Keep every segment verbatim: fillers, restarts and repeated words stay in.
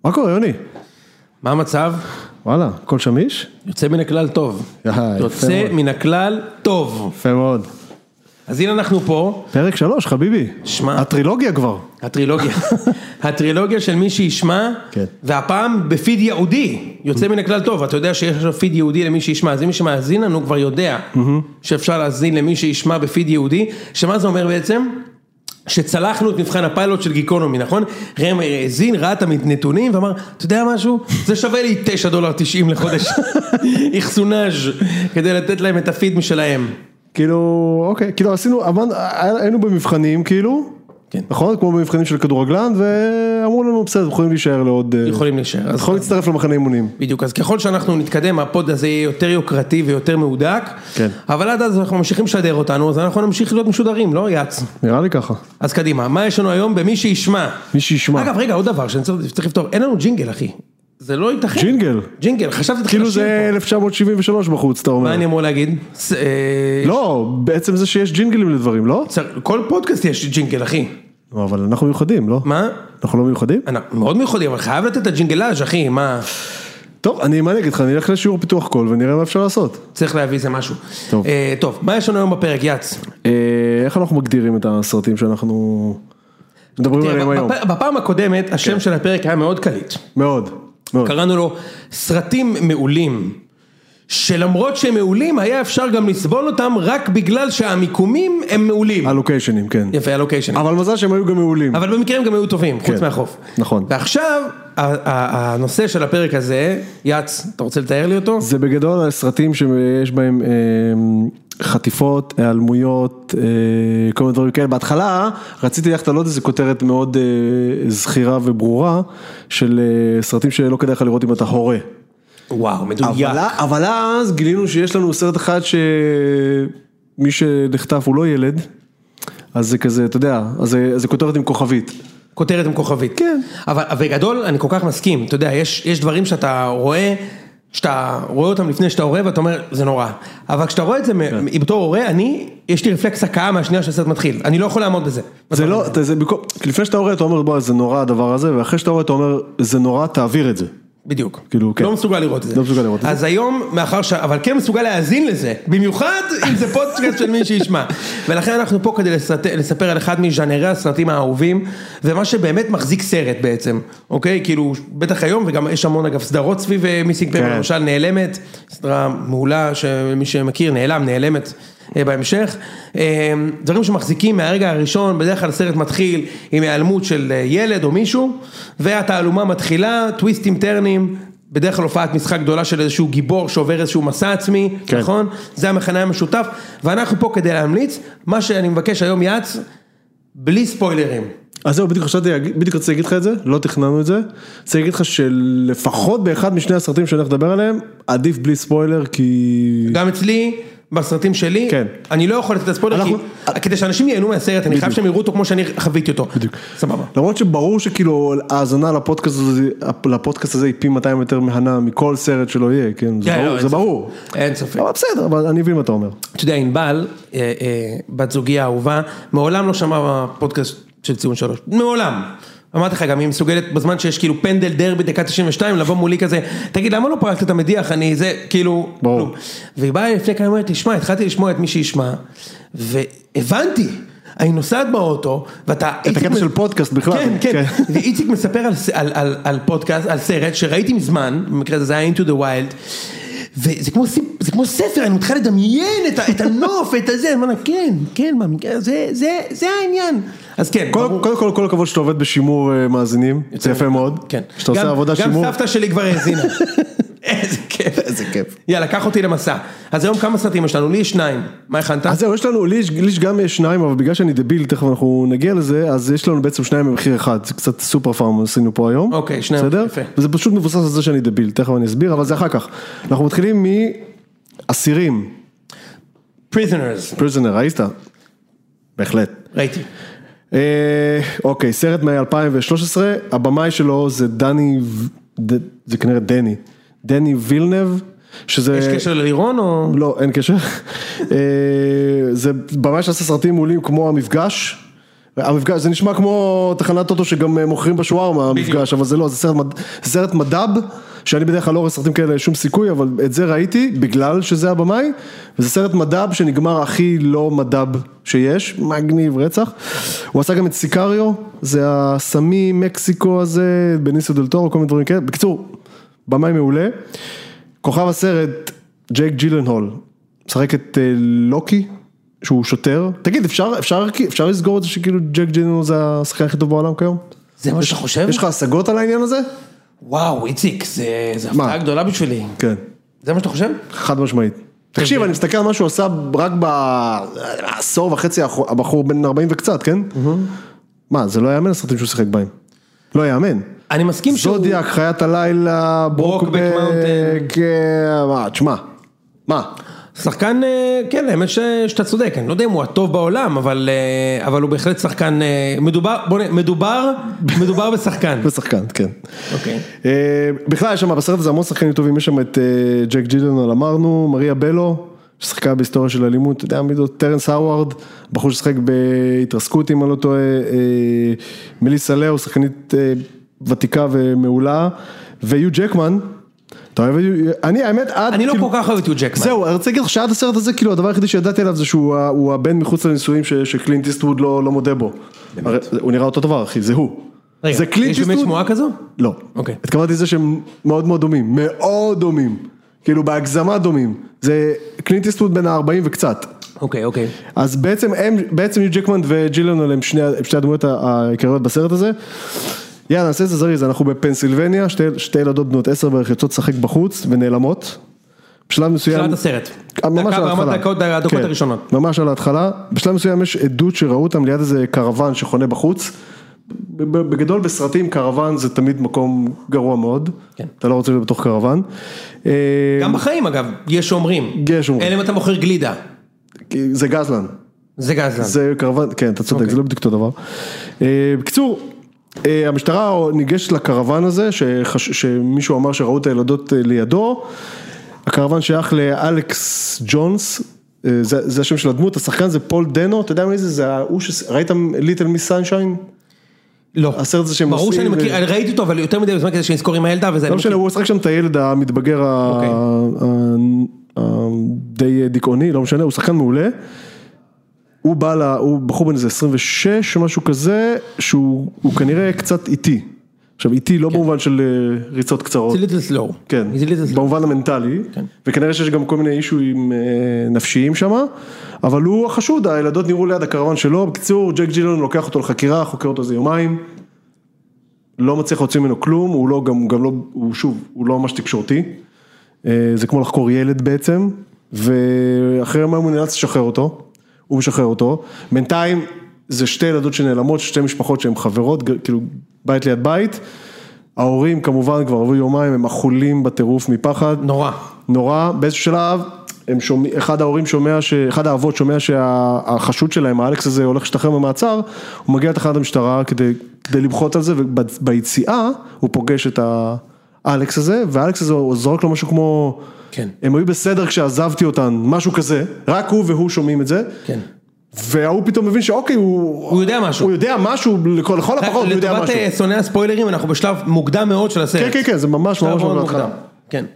מה קורה, יוני? מה המצב? וואלה, הכל שמיש? יוצא מן הכלל טוב. יאה, יוצא יפה מאוד. מן הכלל טוב. יפה מאוד. אז הנה אנחנו פה. פרק שלוש, חביבי. שמע. הטרילוגיה כבר. הטרילוגיה. הטרילוגיה של מי שישמע, כן. והפעם בפיד יהודי. יוצא מן הכלל טוב. אתה יודע שיש פיד יהודי למי שישמע. אז מי שמאזין לנו כבר יודע שאפשר להאזין למי שישמע בפיד יהודי. שמה זה אומר בעצם? שצלחנו את מבחן הפיילוט של גיקונומי, נכון? ראם האזין, ראה את הנתונים ואמר, אתה יודע משהו? זה שווה לי תשע דולר תשעים לחודש. איכסונאז' כדי לתת להם את הפיד משלהם. כאילו, אוקיי, כאילו עשינו, היינו במבחנים, כאילו, כן. נכון? כמו במבחנים של כדורגלן, ואמרו לנו, בסדר, יכולים להישאר לעוד... יכולים להישאר. יכולים להצטרף למחנה אימונים. בדיוק, אז ככל שאנחנו נתקדם, הפוד הזה יהיה יותר יוקרתי ויותר מהודק, כן. אבל עד אז אנחנו ממשיכים לשדר אותנו, אז אנחנו נמשיך להיות משודרים, לא יעץ? נראה לי ככה. אז קדימה, מה יש לנו היום במי שישמע? מי שישמע. אגב, רגע, עוד דבר שאני צריך לפתור, אין לנו ג'ינגל, אחי. זה לא ייתכן. ג'ינגל. ג'ינגל, חשבתי את כאילו זה אלף תשע מאות שבעים ושלוש בחוץ, אתה אומר. מה אני אמור להגיד? לא, בעצם זה שיש ג'ינגלים לדברים, לא? כל פודקאסט יש ג'ינגל, אחי. אבל אנחנו מיוחדים, לא? מה? אנחנו לא מיוחדים? אנחנו מאוד מיוחדים, אבל חייב לתת את הג'ינגלאז', אחי, מה? טוב, אני מה נגיד לך, אני אלך לשיעור פיתוח קול ונראה מה אפשר לעשות. צריך להביא זה משהו. טוב. טוב, מה יש לנו היום בפרק, יץ? איך אנחנו מגדירים את הסרטים שאנחנו מדברים עליהם היום? בפעם הקודמת, השם של הפרק היה מאוד קליט. מאוד, מאוד. קראנו לו סרטים מעולים, שלמרות שהם מעולים, היה אפשר גם לסבול אותם רק בגלל שהמיקומים הם מעולים. הלוקיישנים, כן. יפה, הלוקיישנים. אבל מזל שהם היו גם מעולים. אבל במקרה הם גם היו טובים, חוץ מהחוף. נכון. ועכשיו, הנושא של הפרק הזה, יץ, אתה רוצה לתאר לי אותו? זה בגדול סרטים שיש בהם חטיפות, העלמויות, כל מיני דברים כאלה. בהתחלה רציתי ללכת על עוד איזו כותרת מאוד זכירה וברורה, של סרטים שלא כדאי לך לראות אם אתה הורה. וואו, מדויק. אבל, אבל אז גילינו שיש לנו סרט אחד שמי שנחטף הוא לא ילד, אז זה כזה, אתה יודע, אז זה, אז זה כותרת עם כוכבית. כותרת עם כוכבית. כן. אבל, בגדול, אני כל כך מסכים, אתה יודע, יש, יש דברים שאתה רואה, שאתה רואה אותם לפני שאתה רואה, ואתה אומר, זה נורא. אבל כשאתה רואה את זה, כן. בתור הורה, אני, יש לי רפלקס הקאה מהשנייה שהסרט מתחיל. אני לא יכול לעמוד בזה. זה לא, זה, לפני שאתה רואה, אתה אומר, בוא, זה נורא הדבר הזה, ואחרי שאתה רואה, אתה אומר, זה נורא, תעביר את זה. בדיוק, כאילו, כן. לא מסוגל לראות את זה. לא מסוגל לראות את זה. אז היום, מאחר ש... אבל כן מסוגל להאזין לזה, במיוחד אם זה פודקאסט של מי שישמע. ולכן אנחנו פה כדי לספר, לספר על אחד מז'אנרי הסרטים האהובים, ומה שבאמת מחזיק סרט בעצם, אוקיי? כאילו, בטח היום, וגם יש המון אגב סדרות סביב מיסינג פייפר, כן. למשל נעלמת, סדרה מעולה שמי שמכיר, נעלם, נעלמת בהמשך. דברים שמחזיקים מהרגע הראשון, בדרך כלל הסרט מתחיל עם העלמות של ילד או מישהו, והתעלומה מתחילה, טוויסטים, טרנים, בדרך כלל הופעת משחק גדולה של איזשהו גיבור שעובר איזשהו מסע עצמי, כן. נכון? זה המכנה המשותף, ואנחנו פה כדי להמליץ, מה שאני מבקש היום יעץ, בלי ספוילרים. אז זהו, בדיוק חשבתי, בדיוק רציתי להגיד לך את זה, לא תכננו את זה, רציתי להגיד לך שלפחות באחד משני הסרטים שאני הולך לדבר עליהם, עדיף בלי ספוילר, כי... גם אצלי... בסרטים שלי, כן. אני לא יכול לתת את הספוילר, אנחנו... כי כדי שאנשים ייהנו מהסרט, אני חייב שהם יראו אותו כמו שאני חוויתי אותו. בדיוק. סבבה. למרות שברור שכאילו, ההאזנה לפודקאסט הזה, לפודקאסט הזה היא פי מאתיים יותר מהנה מכל סרט שלא יהיה, כן? זה, ברור, זה ברור. אין ספק. אבל בסדר, אבל אני מבין מה אתה אומר. אתה יודע, ענבל, בת זוגי האהובה, מעולם לא שמע בפודקאסט של ציון שלוש. מעולם. אמרתי לך גם, היא מסוגלת בזמן שיש כאילו פנדל דרבי דקה תשעים ושתיים, לבוא מולי כזה, תגיד, למה לא פרקת את המדיח? אני זה, כאילו, ברור. והיא באה לפני כמה אומרת, תשמע, התחלתי לשמוע את מי שישמע, והבנתי, אני נוסעת באוטו, ואתה... את הקטע של פודקאסט בכלל. כן, כן, ואיציק מספר על פודקאסט, על סרט, שראיתי מזמן, במקרה הזה, זה היה Into the Wild, וזה כמו, זה כמו ספר, אני מתחיל לדמיין את, את הנוף, את הזה, אני אומר, כן, כן, זה, זה, זה העניין. אז כן, קודם כל, כל, כל הכבוד שאתה עובד בשימור מאזינים, זה יפה מאוד. כן. שאתה עושה עבודה שימור. גם סבתא שלי כבר האזינה. איזה כיף. איזה כיף. יאללה, קח אותי למסע. אז היום כמה סרטים יש לנו? לי יש שניים. מה הכנת? אז זהו, יש לנו, לי יש גם שניים, אבל בגלל שאני דביל, תכף אנחנו נגיע לזה, אז יש לנו בעצם שניים במחיר אחד. זה קצת סופר פארם עשינו פה היום. אוקיי, שניים. יפה. וזה פשוט מבוסס על זה שאני דביל, תכף אני אסביר, אבל זה אחר כך. אנחנו מתחילים מאסירים. Prisoners. Prisoner, ראית? בהחלט. ראיתי. אוקיי, סרט מ-אלפיים ושלוש עשרה, הבמאי שלו זה דני, זה כנראה דני, דני וילנב, שזה... יש קשר ללירון או... לא, אין קשר. זה במאי שעשה סרטים מעולים כמו המפגש, המפגש, זה נשמע כמו תחנת אוטו שגם מוכרים בשווארמה, המפגש, אבל זה לא, זה סרט, זה סרט מדב, שאני בדרך כלל לא רואה סרטים כאלה שום סיכוי, אבל את זה ראיתי, בגלל שזה הבמאי, וזה סרט מדב שנגמר הכי לא מדב שיש, מגניב רצח. הוא עשה גם את סיקריו, זה הסמי מקסיקו הזה, בניסיו דל טורו, כל מיני דברים כאלה. בקיצור, במאי מעולה. כוכב הסרט, ג'ייק ג'ילנהול, משחק את לוקי, שהוא שוטר. תגיד, אפשר, אפשר, אפשר לסגור את זה שכאילו ג'ייק ג'ילנהול זה השחקן הכי טוב בעולם כיום? זה מה שאתה חושב? יש לך השגות על העניין הזה? וואו, איציק, זה הפתעה גדולה בשבילי. כן. זה מה שאתה חושב? חד משמעית. תקשיב, אני מסתכל על מה שהוא עשה רק בעשור וחצי, הבחור בין ארבעים וקצת, כן? מה, זה לא יאמן הסרטים שהוא שיחק בהם. לא יאמן. אני מסכים שהוא... זודיאק, חיית הלילה, ברוקבק מאונטן. מה, תשמע, מה? שחקן, כן, האמת שאתה צודק, אני לא יודע אם הוא הטוב בעולם, אבל, אבל הוא בהחלט שחקן, מדובר, בוא נראה, מדובר, מדובר בשחקן. בשחקן, כן. אוקיי. בכלל, יש שם, בסרט הזה המון שחקנים טובים, יש שם את ג'ייק ג'ילנהול, אמרנו, מריה בלו, ששחקה בהיסטוריה של אלימות, אתה יודע, מידו, טרנס האווארד, בחור ששחק בהתרסקות, אם אני לא טועה, מליסה לאו, שחקנית ותיקה ומעולה, ויו ג'קמן, אני האמת עד... אני לא כל כך אוהב את יו ג'קמן. זהו, אני רוצה להגיד לך שעד הסרט הזה, כאילו הדבר היחידי שידעתי עליו זה שהוא הבן מחוץ לניסויים שקלינט איסטווד לא מודה בו. הוא נראה אותו דבר, אחי, זה הוא. רגע, יש באמת שמועה כזו? לא. אוקיי. התכוונתי לזה שהם מאוד מאוד דומים, מאוד דומים. כאילו בהגזמה דומים. זה קלינט איסטווד בין ה-ארבעים וקצת. אוקיי, אוקיי. אז בעצם הם, בעצם יו ג'קמן וג'ילנהול הם שני הדמויות העיקריות בסרט הזה. יאללה, נעשה את זה זריז, אנחנו בפנסילבניה, שתי, שתי ילדות בנות עשר בערך יוצאות לשחק בחוץ ונעלמות. בשלב מסוים... תחילת הסרט. ממש על ההתחלה. דקות, הדקות כן, הראשונות. ממש על ההתחלה. בשלב מסוים יש עדות שראו אותם ליד איזה קרוון שחונה בחוץ. בגדול בסרטים קרוון זה תמיד מקום גרוע מאוד. כן. אתה לא רוצה להיות בתוך קרוון. גם בחיים אגב, יש אומרים. יש אומרים. אלא אם אתה מוכר גלידה. זה גזלן. זה גזלן. זה קרוון, כן, אתה צודק, okay. זה לא בדיוק אותו דבר. בקיצור, המשטרה ניגשת לקרוון הזה, שחש... שמישהו אמר שראו את הילדות לידו, הקרוון שייך לאלכס ג'ונס, זה, זה השם של הדמות, השחקן זה פול דנו, אתה יודע מי זה? זה הוא ש... ראיתם ליטל מיס סנשיין? לא. הסרט הזה שהם ברור שאני מכיר, ו... ראיתי אותו, אבל יותר מדי בזמן כזה שנזכור עם הילדה, וזה... לא משנה, הוא שחק שם את הילד המתבגר okay. הדי דיכאוני, לא משנה, הוא שחקן מעולה, הוא בא לה, הוא בחור בן איזה עשרים ושש, משהו כזה, שהוא הוא כנראה קצת איטי. עכשיו, איטי לא כן. במובן של ריצות קצרות. זה ליטל סלואו. כן, במובן המנטלי, כן. וכנראה שיש גם כל מיני אישויים נפשיים שם, אבל הוא החשוד, הילדות נראו ליד הקרוון שלו, בקיצור, ג'ייק ג'ילנהול לוקח אותו לחקירה, חוקר אותו איזה יומיים, לא מצליח להוציא ממנו כלום, הוא לא, גם, גם לא, הוא שוב, הוא לא ממש תקשורתי, זה כמו לחקור ילד בעצם, ואחרי יומיים הוא נאלץ לשחרר אותו, הוא משחרר אותו, בינתיים זה שתי ילדות שנעלמות, שתי משפחות שהן חברות, כאילו בית ליד בית, ההורים כמובן כבר עברו יומיים, הם אכולים בטירוף מפחד. נורא. נורא, באיזשהו שלב, הם שומע, אחד ההורים שומע, ש, אחד האבות שומע שהחשוד שלהם, האלכס הזה הולך להשתחרר במעצר, הוא מגיע לתחנת המשטרה כדי, כדי למחות על זה, וביציאה הוא פוגש את האלכס הזה, והאלכס הזה הוא זורק לו משהו כמו, כן. הם היו בסדר כשעזבתי אותן, משהו כזה, רק הוא והוא שומעים את זה. כן. והוא פתאום מבין שאוקיי, הוא... הוא יודע משהו. הוא יודע משהו, לכל, לכל הפחות הוא יודע משהו. לטובת שונאי הספוילרים, אנחנו בשלב מוקדם מאוד של הסרט. כן, כן, כן, זה ממש ממש מוקדם. כן.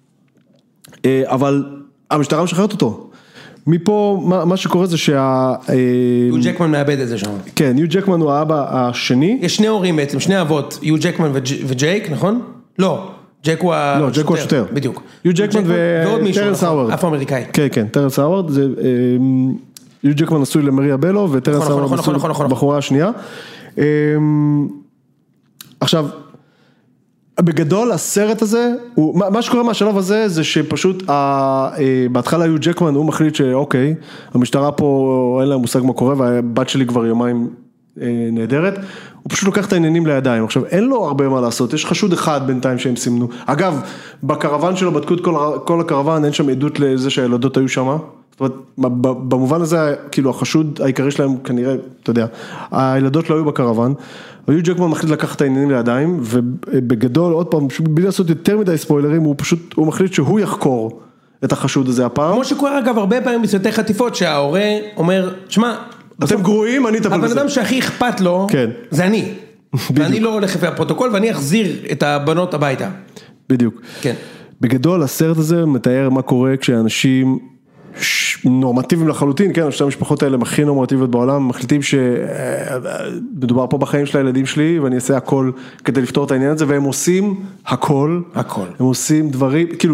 אבל המשטרה משחררת אותו. מפה, מה, מה שקורה זה שה... יו ג'קמן מאבד את זה שם. כן, יו ג'קמן הוא האבא השני. יש שני הורים בעצם, שני אבות, יו ג'קמן וג'ייק, נכון? לא. ג'ק הוא השוטר. לא, ג'ק הוא השוטר. בדיוק. יו ג'קמן וטרנס האווארד. אפרו-אמריקאי. כן, כן, טרנס האווארד זה... יו ג'קמן נשוי למריה בלו, וטרנס האווארד נשוי לבחורה השנייה. עכשיו, בגדול הסרט הזה, מה שקורה מהשלב הזה, זה שפשוט, בהתחלה יו ג'קמן, הוא מחליט שאוקיי, המשטרה פה אין לה מושג מה קורה, והבת שלי כבר יומיים נהדרת, הוא פשוט לוקח את העניינים לידיים, עכשיו אין לו הרבה מה לעשות, יש חשוד אחד בינתיים שהם סימנו, אגב, בקרוון שלו בדקו את כל, כל הקרוון, אין שם עדות לזה שהילדות היו שם, זאת אומרת, במובן הזה, כאילו החשוד העיקרי שלהם כנראה, אתה יודע, הילדות לא היו בקרוון, ויו ג'קמן מחליט לקחת את העניינים לידיים, ובגדול, עוד פעם, בלי לעשות יותר מדי ספוילרים, הוא פשוט, הוא מחליט שהוא יחקור את החשוד הזה הפעם. כמו שקורה אגב הרבה פעמים בסרטי חטיפות, שההורה אומר, תשמע, אתם גרועים, אני אטפל בזה. הבן אדם שהכי אכפת לו, זה אני. ואני לא הולך לפי הפרוטוקול, ואני אחזיר את הבנות הביתה. בדיוק. כן. בגדול, הסרט הזה מתאר מה קורה כשאנשים נורמטיביים לחלוטין, כן, שתי המשפחות האלה הכי נורמטיביות בעולם, מחליטים שמדובר פה בחיים של הילדים שלי, ואני אעשה הכל כדי לפתור את העניין הזה, והם עושים הכל. הכל. הם עושים דברים, כאילו...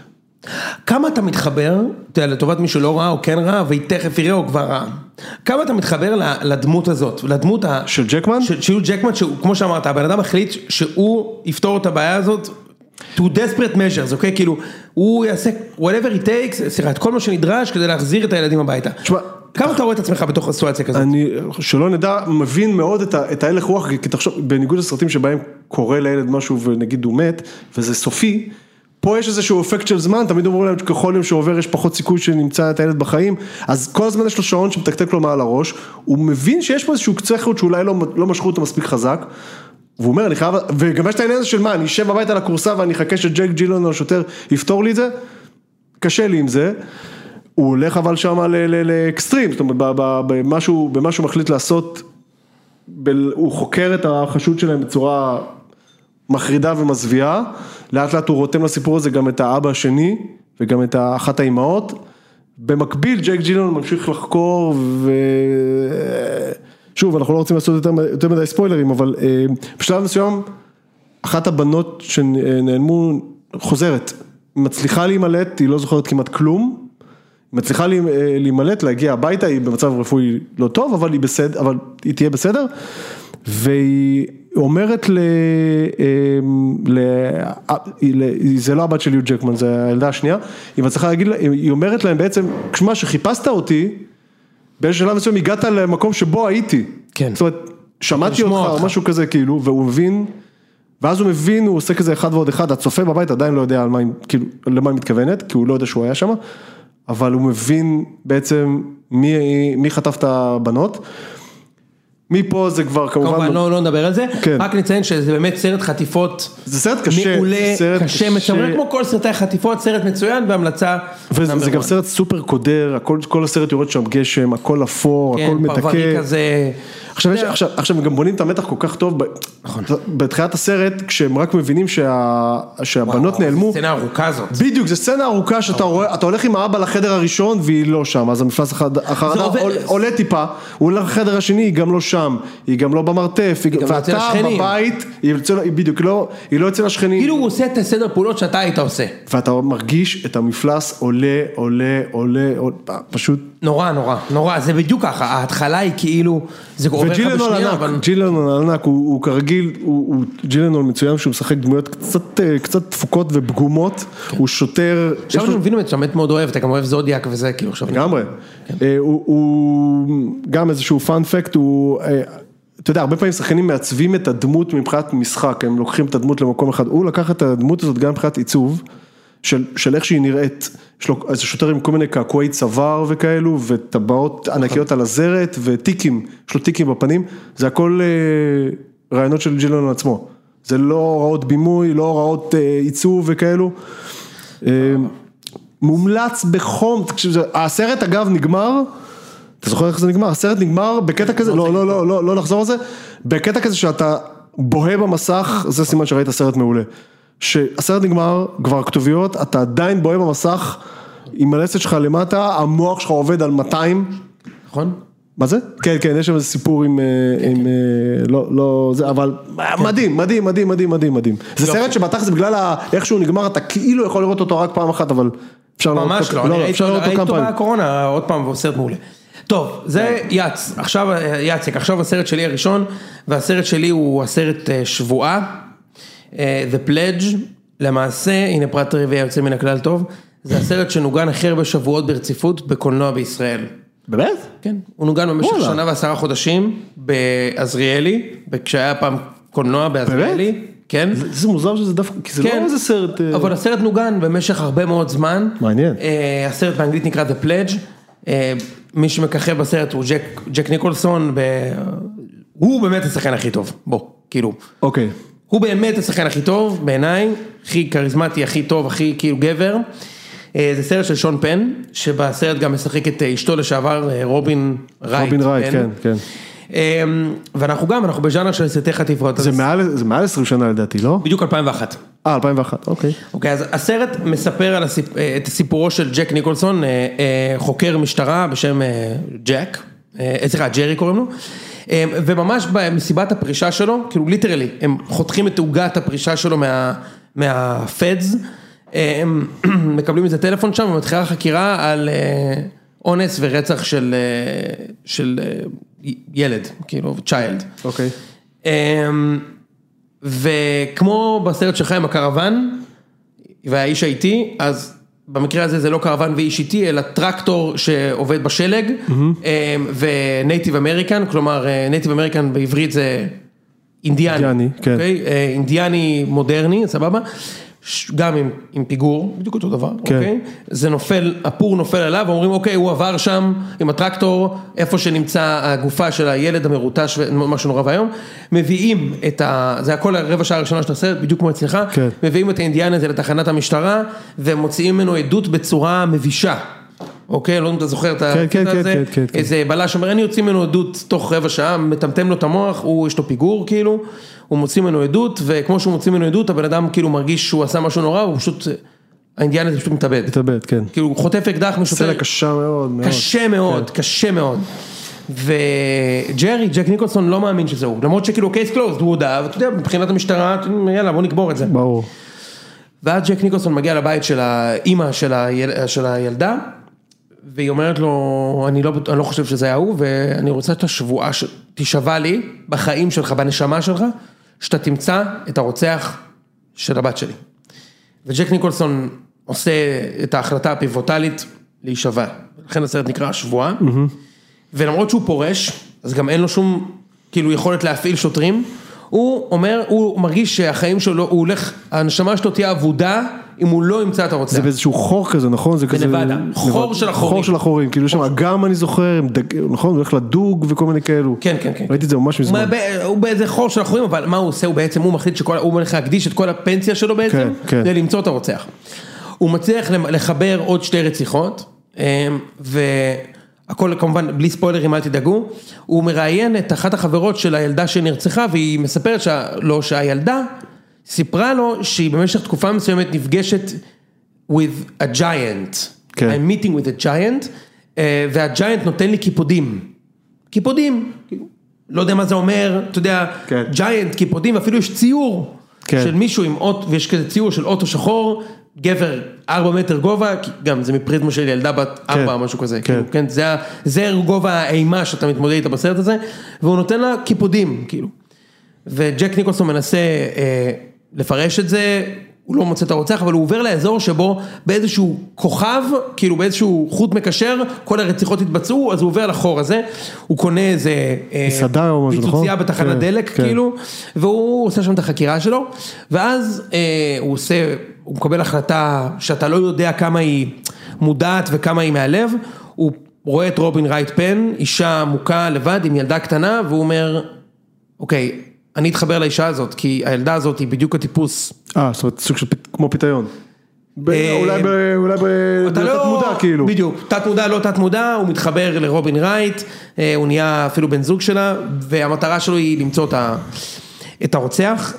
כמה אתה מתחבר, תראה, לטובת מישהו לא ראה או כן ראה, והיא תכף יראה או כבר ראה. כמה אתה מתחבר לדמות הזאת, לדמות ה... של ג'קמן? של ג'קמן, כמו שאמרת, הבן אדם החליט שהוא יפתור את הבעיה הזאת, to desperate measures, אוקיי? כאילו, הוא יעשה whatever it takes, סליחה, את כל מה שנדרש כדי להחזיר את הילדים הביתה. תשמע, כמה אתה רואה את עצמך בתוך הסיטואציה כזאת? אני, שלא נדע, מבין מאוד את, את ההלך רוח, כי תחשוב, בניגוד לסרטים שבהם קורה לילד משהו ונגיד הוא מת, וזה סופי, פה יש איזשהו אפקט של זמן, תמיד אומרים להם ככל יום שעובר יש פחות סיכוי שנמצא את הילד בחיים, אז כל הזמן יש לו שעון שמתקתק לו מעל הראש, הוא מבין שיש פה איזשהו קצה חוט שאולי לא, לא משכו אותו מספיק חזק, והוא אומר, אני חייב, וגם יש את העניין הזה של מה, אני אשב בבית על הקורסה ואני אחכה שג'ק ג'ילון השוטר יפתור לי את זה, קשה לי עם זה, הוא הולך אבל שם לאקסטרים, זאת אומרת, במשהו, במשהו מחליט לעשות, הוא חוקר את החשוד שלהם בצורה מחרידה ומזוויעה, לאט לאט הוא רותם לסיפור הזה גם את האבא השני, וגם את אחת האימהות, במקביל ג'ק ג'ילון ממשיך לחקור, ו... שוב, אנחנו לא רוצים לעשות יותר, יותר מדי ספוילרים, אבל אה, בשלב מסוים, אחת הבנות שנעלמו חוזרת, היא מצליחה להימלט, היא לא זוכרת כמעט כלום, היא מצליחה להימלט, להגיע הביתה, היא במצב רפואי לא טוב, אבל היא בסדר, אבל היא תהיה בסדר, והיא אומרת ל... ל... זה לא הבת של יו ג'קמן, זה הילדה השנייה, היא מצליחה להגיד, היא אומרת להם בעצם, כשמה שחיפשת אותי, באיזשהו שלב מסוים הגעת למקום שבו הייתי, כן. זאת אומרת, שמעתי אותך או משהו כזה כאילו, והוא מבין, ואז הוא מבין, הוא עושה כזה אחד ועוד אחד, הצופה בבית עדיין לא יודע על מה, כאילו, למה היא מתכוונת, כי הוא לא יודע שהוא היה שם, אבל הוא מבין בעצם מי, מי חטף את הבנות, מפה זה כבר כמובן... כמובן לא, לא נדבר על זה, כן. רק נציין שזה באמת סרט חטיפות זה סרט קשה, מעולה, סרט קשה, מצמרק כמו כל סרטי חטיפות, סרט מצוין והמלצה. וזה גם סרט סופר קודר, הכל, כל הסרט יורד שם גשם, הכל אפור, כן, הכל מתקה. פרברי כזה. עכשיו, יש, עכשיו, עכשיו הם גם בונים את המתח כל כך טוב, נכון. בתחילת הסרט, כשהם רק מבינים שה, שהבנות וואו, נעלמו. זה סצנה ארוכה הזאת. בדיוק, זה סצנה ארוכה שאתה רואה, אתה הולך עם האבא לחדר הראשון והיא לא שם, אז המפלס החרדה עולה טיפה, הוא הולך לחדר השני, היא גם לא שם, היא גם לא במרתף, ואתה בבית, היא בדיוק לא, היא לא אצל השכנים. כאילו הוא עושה את הסדר פעולות שאתה היית עושה. ואתה מרגיש את המפלס עולה, עולה, עולה, פשוט. נורא, נורא, נורא, זה בדיוק ככה, ההתחלה היא כאילו, זה עובר לך בשנייה, אבל... ג'ילנול ענק, הוא כרגיל, הוא ג'ילנול מצוין, שהוא משחק דמויות קצת דפוקות ופגומות, הוא שוטר... עכשיו אני מבין את שמת מאוד אוהב, אתה גם אוהב זודיאק וזה, כאילו עכשיו... לגמרי, הוא גם איזשהו פאנפקט, הוא... אתה יודע, הרבה פעמים שחקנים מעצבים את הדמות מבחינת משחק, הם לוקחים את הדמות למקום אחד, הוא לקח את הדמות הזאת גם מבחינת עיצוב, של, של איך שהיא נראית, יש לו איזה שוטר עם כל מיני קעקועי צוואר וכאלו, וטבעות ענקיות על הזרת, וטיקים, יש לו טיקים בפנים, זה הכל אה, רעיונות של ג'ילנול עצמו, זה לא הוראות בימוי, לא הוראות אה, עיצוב וכאלו, אה, מומלץ בחום, הסרט אגב נגמר, אתה זוכר איך זה נגמר? הסרט נגמר בקטע כזה, לא, לא, לא, לא, לא נחזור על זה, בקטע כזה שאתה בוהה במסך, זה סימן שראית סרט מעולה. שהסרט נגמר, כבר כתוביות, אתה עדיין בוהה במסך, עם הלסת שלך למטה, המוח שלך עובד על מאתיים. נכון? מה זה? כן, כן, יש שם איזה סיפור עם, עם, לא, לא, זה, אבל מדהים, מדהים, מדהים, מדהים, מדהים, מדהים. זה סרט שבטח זה בגלל איך שהוא נגמר, אתה כאילו יכול לראות אותו רק פעם אחת, אבל אפשר לראות אותו. ממש לא, אני ראיתי אותו בקורונה, עוד פעם, סרט מעולה. טוב, זה יץ, עכשיו יצק, עכשיו הסרט שלי הראשון, והסרט שלי הוא הסרט שבועה, The Pledge, למעשה, הנה פרט טריוויה יוצא מן הכלל טוב, זה הסרט שנוגן הכי הרבה שבועות ברציפות בקולנוע בישראל. באמת? כן, הוא נוגן במשך שנה ועשרה חודשים בעזריאלי, כשהיה פעם קולנוע בעזריאלי. כן. זה מוזר שזה דווקא, כי זה לא איזה סרט... אבל הסרט נוגן במשך הרבה מאוד זמן. מעניין. הסרט באנגלית נקרא The Pledge, מי שמככב בסרט הוא ג'ק, ג'ק ניקולסון, הוא באמת השחקן הכי טוב, בוא, כאילו. אוקיי. הוא באמת השחקן הכי טוב, בעיניי, הכי קריזמטי, הכי טוב, הכי כאילו גבר. זה סרט של שון פן, שבסרט גם משחק את אשתו לשעבר, רובין רייט. רובין רייט, כן, כן. ואנחנו גם, אנחנו בז'אנר של סרטי חטיפות. זה מעל עשרים שנה לדעתי, לא? בדיוק אלפיים ואחת. אה, אלפיים ואחת, אוקיי. אוקיי, אז הסרט מספר את סיפורו של ג'ק ניקולסון, חוקר משטרה בשם ג'ק, סליחה, ג'רי קוראים לו, וממש במסיבת הפרישה שלו, כאילו ליטרלי, הם חותכים את עוגת הפרישה שלו מהפדס, הם מקבלים איזה טלפון שם, ומתחילה חקירה על אונס ורצח של, של ילד, כאילו, צ'יילד. אוקיי. וכמו בסרט שלך עם הקרוון, והאיש האיטי, אז במקרה הזה זה לא קרוון ואיש איטי, אלא טרקטור שעובד בשלג, ונייטיב אמריקן, כלומר, נייטיב אמריקן בעברית זה אינדיאני. אינדיאני, כן. אינדיאני מודרני, סבבה? גם עם, עם פיגור, בדיוק אותו דבר, כן. אוקיי? זה נופל, הפור נופל עליו, ואומרים, אוקיי, הוא עבר שם עם הטרקטור, איפה שנמצא הגופה של הילד המרוטש, משהו נורא והיום, מביאים את ה... זה הכל הרבע שעה הראשונה של הסרט, בדיוק כמו אצלך, כן. מביאים את האינדיאן הזה לתחנת המשטרה, ומוציאים ממנו עדות בצורה מבישה. אוקיי, לא יודע אם אתה זוכר את זה, איזה בלש אומר, אני יוצאים ממנו עדות תוך רבע שעה, מטמטם לו את המוח, הוא יש לו פיגור כאילו, הוא מוציא ממנו עדות, וכמו שהוא מוציא ממנו עדות, הבן אדם כאילו מרגיש שהוא עשה משהו נורא, הוא פשוט, האינדיאן הזה פשוט מתאבד. מתאבד, כן. כאילו הוא חוטף אקדח משופר. סלע קשה מאוד, מאוד. קשה מאוד, קשה מאוד. וג'רי, ג'ק ניקולסון לא מאמין שזה הוא, למרות שכאילו קייס קלוזד, הוא הודע, ואתה יודע, מבחינת המשטרה, יאללה, בוא נקבור את זה. ברור. ואז ג'ק ניקולסון מגיע לבית של האמא של הילדה, והיא אומרת לו, אני לא, אני לא חושב שזה היה הוא, ואני רוצה את השבועה שתשווה לי בחיים שלך, בנשמה שלך, שאתה תמצא את הרוצח של הבת שלי. וג'ק ניקולסון עושה את ההחלטה הפיבוטלית להישווה. לכן הסרט נקרא השבועה, mm-hmm. ולמרות שהוא פורש, אז גם אין לו שום, כאילו, יכולת להפעיל שוטרים, הוא אומר, הוא מרגיש שהחיים שלו, הוא הולך, הנשמה שלו תהיה עבודה, אם הוא לא ימצא את הרוצח. זה באיזשהו חור כזה, נכון? זה כזה... בנבדה, חור של החורים. חור של החורים, כאילו שם, גם אני זוכר, נכון? הוא הולך לדוג וכל מיני כאלו. כן, כן, כן. ראיתי את זה ממש מזמן. הוא באיזה חור של החורים, אבל מה הוא עושה? הוא בעצם, הוא מחליט שהוא הולך להקדיש את כל הפנסיה שלו בעצם, כדי למצוא את הרוצח. הוא מצליח לחבר עוד שתי רציחות, והכל כמובן, בלי ספוילרים, אל תדאגו, הוא מראיין את אחת החברות של הילדה שנרצחה, והיא מספרת לו שהילדה סיפרה לו שהיא במשך תקופה מסוימת נפגשת with a giant. כן. I'm meeting with a giant, והגיינט נותן לי קיפודים. קיפודים. לא יודע מה זה אומר, אתה יודע, כן. giant, קיפודים, אפילו יש ציור כן. של מישהו עם אוטו, ויש כזה ציור של אוטו שחור, גבר ארבע מטר גובה, גם זה מפריזמה של ילדה בת ארבע, כן. משהו כזה. כן. כאילו, כן? זה, זה גובה האימה שאתה מתמודד איתה בסרט הזה, והוא נותן לה קיפודים, כאילו. וג'ק ניקולסון מנסה אה, לפרש את זה, הוא לא מוצא את הרוצח, אבל הוא עובר לאזור שבו באיזשהו כוכב, כאילו באיזשהו חוט מקשר, כל הרציחות התבצעו, אז הוא עובר לחור הזה, הוא קונה איזה מסעדה או משהו, נכון? פיצוצייה בתחנת כן, דלק, כן. כאילו, והוא עושה שם את החקירה שלו, ואז אה, הוא עושה, הוא מקבל החלטה שאתה לא יודע כמה היא מודעת וכמה היא מהלב, הוא רואה את רובין רייט פן, אישה מוכה לבד עם ילדה קטנה, והוא אומר, אוקיי, אני אתחבר לאישה הזאת, כי הילדה הזאת היא בדיוק הטיפוס. אה, זאת אומרת, סוג של כמו פיתיון. אולי בתת מודע, כאילו. בדיוק, תת מודע, לא תת מודע, הוא מתחבר לרובין רייט, הוא נהיה אפילו בן זוג שלה, והמטרה שלו היא למצוא את הרוצח,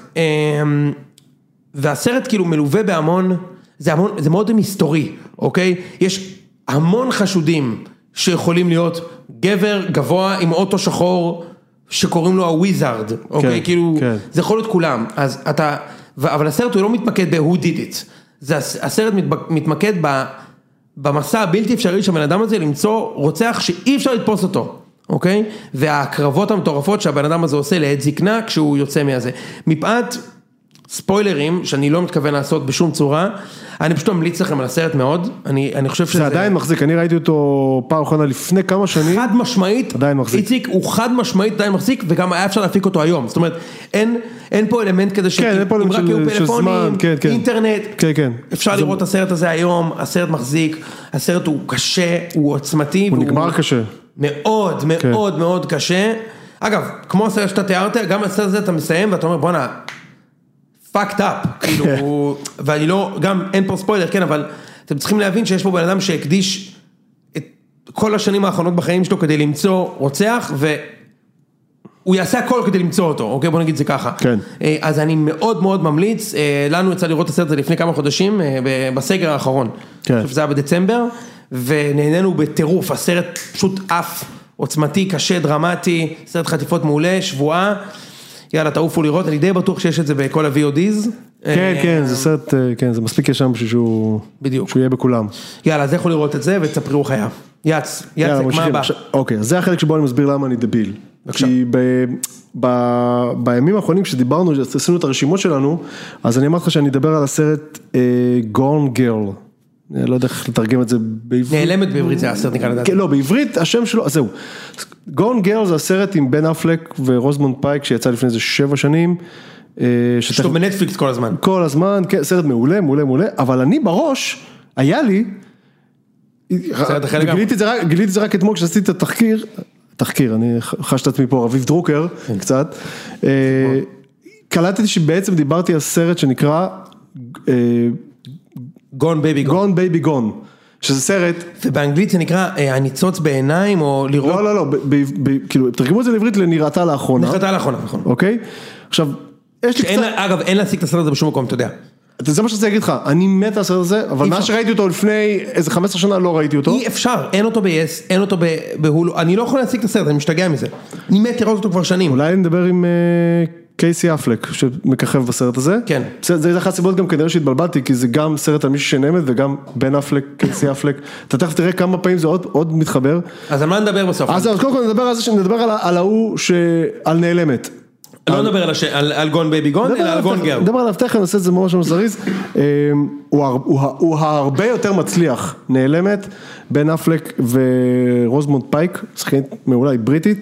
והסרט כאילו מלווה בהמון, זה מאוד מסתורי, אוקיי? יש המון חשודים שיכולים להיות גבר גבוה עם אוטו שחור, שקוראים לו הוויזארד, אוקיי, כאילו, זה יכול להיות כולם, אז אתה, אבל הסרט הוא לא מתמקד ב-who did it, הסרט מתמקד במסע הבלתי אפשרי של הבן אדם הזה, למצוא רוצח שאי אפשר לתפוס אותו, אוקיי, והקרבות המטורפות שהבן אדם הזה עושה לעת זקנה, כשהוא יוצא מהזה, מפאת ספוילרים, שאני לא מתכוון לעשות בשום צורה, אני פשוט ממליץ לכם על הסרט מאוד, אני, אני חושב שזה... זה עדיין מחזיק, אני ראיתי אותו פעם אחרונה לפני כמה שנים. חד משמעית, עדיין מחזיק. איציק, הוא חד משמעית עדיין מחזיק, וגם היה אפשר להפיק אותו היום, זאת אומרת, אין, אין פה אלמנט כזה כן, אין פה אלמנט של, של פלאפונים, זמן, כן, כן. אינטרנט, כן, כן. אפשר זה... לראות את הסרט הזה היום, הסרט מחזיק, הסרט הוא קשה, הוא עוצמתי, הוא נגמר קשה. מאוד, מאוד, כן. מאוד קשה. אגב, כמו הסרט שאתה תיארת, גם הסרט הזה אתה מסיים, ואתה אומר, בוא fucked up, כאילו, ואני לא, גם אין פה ספוילר, כן, אבל אתם צריכים להבין שיש פה בן אדם שהקדיש את כל השנים האחרונות בחיים שלו כדי למצוא רוצח, והוא יעשה הכל כדי למצוא אותו, אוקיי? בוא נגיד זה ככה. כן. אז אני מאוד מאוד ממליץ, לנו יצא לראות את הסרט הזה לפני כמה חודשים, בסגר האחרון. כן. אני חושב שזה היה בדצמבר, ונהנינו בטירוף, הסרט פשוט אף עוצמתי, קשה, דרמטי, סרט חטיפות מעולה, שבועה, יאללה, תעופו לראות, אני די בטוח שיש את זה בכל ה-וי או דיז. כן, כן, זה סרט, כן, זה מספיק ישם שהוא... בדיוק. שהוא יהיה בכולם. יאללה, אז יכולו לראות את זה, ותספרו חיה. יאץ, יאצק, מה הבא? אוקיי, אז זה החלק שבו אני מסביר למה אני דביל. כי בימים האחרונים כשדיברנו, עשינו את הרשימות שלנו, אז אני אמרתי לך שאני אדבר על הסרט Gone Girl. אני לא יודע איך לתרגם את זה בעברית. נעלמת בעברית, זה הסרט נקרא לדעת. לא, בעברית השם שלו, אז זהו. Gone Girl זה הסרט עם בן אפלק ורוזמונד פייק, שיצא לפני איזה שבע שנים. שטוב בנטפליקס כל הזמן. כל הזמן, כן, סרט מעולה, מעולה, מעולה, אבל אני בראש, היה לי, גיליתי את זה רק אתמול כשעשיתי את התחקיר, תחקיר, אני חש את עצמי פה, רביב דרוקר, קצת, קלטתי שבעצם דיברתי על סרט שנקרא, Gone Baby Gone. Gone Baby Gone, שזה סרט. ובאנגלית זה נקרא הניצוץ בעיניים, או לראות. לא, לא, לא, כאילו, תרגמו את זה לעברית לנראתה לאחרונה. נראתה לאחרונה, נכון. אוקיי? עכשיו, יש לי קצת... אגב, אין להשיג את הסרט הזה בשום מקום, אתה יודע. זה מה שאני להגיד לך, אני מת על הסרט הזה, אבל מה שראיתי אותו לפני איזה חמש עשרה שנה לא ראיתי אותו. אי אפשר, אין אותו ב-יס, אין אותו בהולו, אני לא יכול להשיג את הסרט, אני משתגע מזה. אני מת לראות אותו כבר שנים. אולי נדבר עם קייסי אפלק, שמככב בסרט הזה. כן. זה אחת הסיבות גם כנראה שהתבלבלתי, כי זה גם סרט על מישהו שנאמת, וגם בן אפלק, קייסי אפלק. אתה תכף תראה כמה פעמים זה עוד מתחבר. אז על מה נדבר בסוף? אז קודם כל נדבר על זה, שנדבר על ההוא על נעלמת. לא נדבר על גון בייבי גון, אלא על גון גר. נדבר עליו תכף, נעשה את זה ממש מזריז. הוא הרבה יותר מצליח, נעלמת, בן אפלק ורוזמונד פייק, שחקנית מעולה, היא בריטית.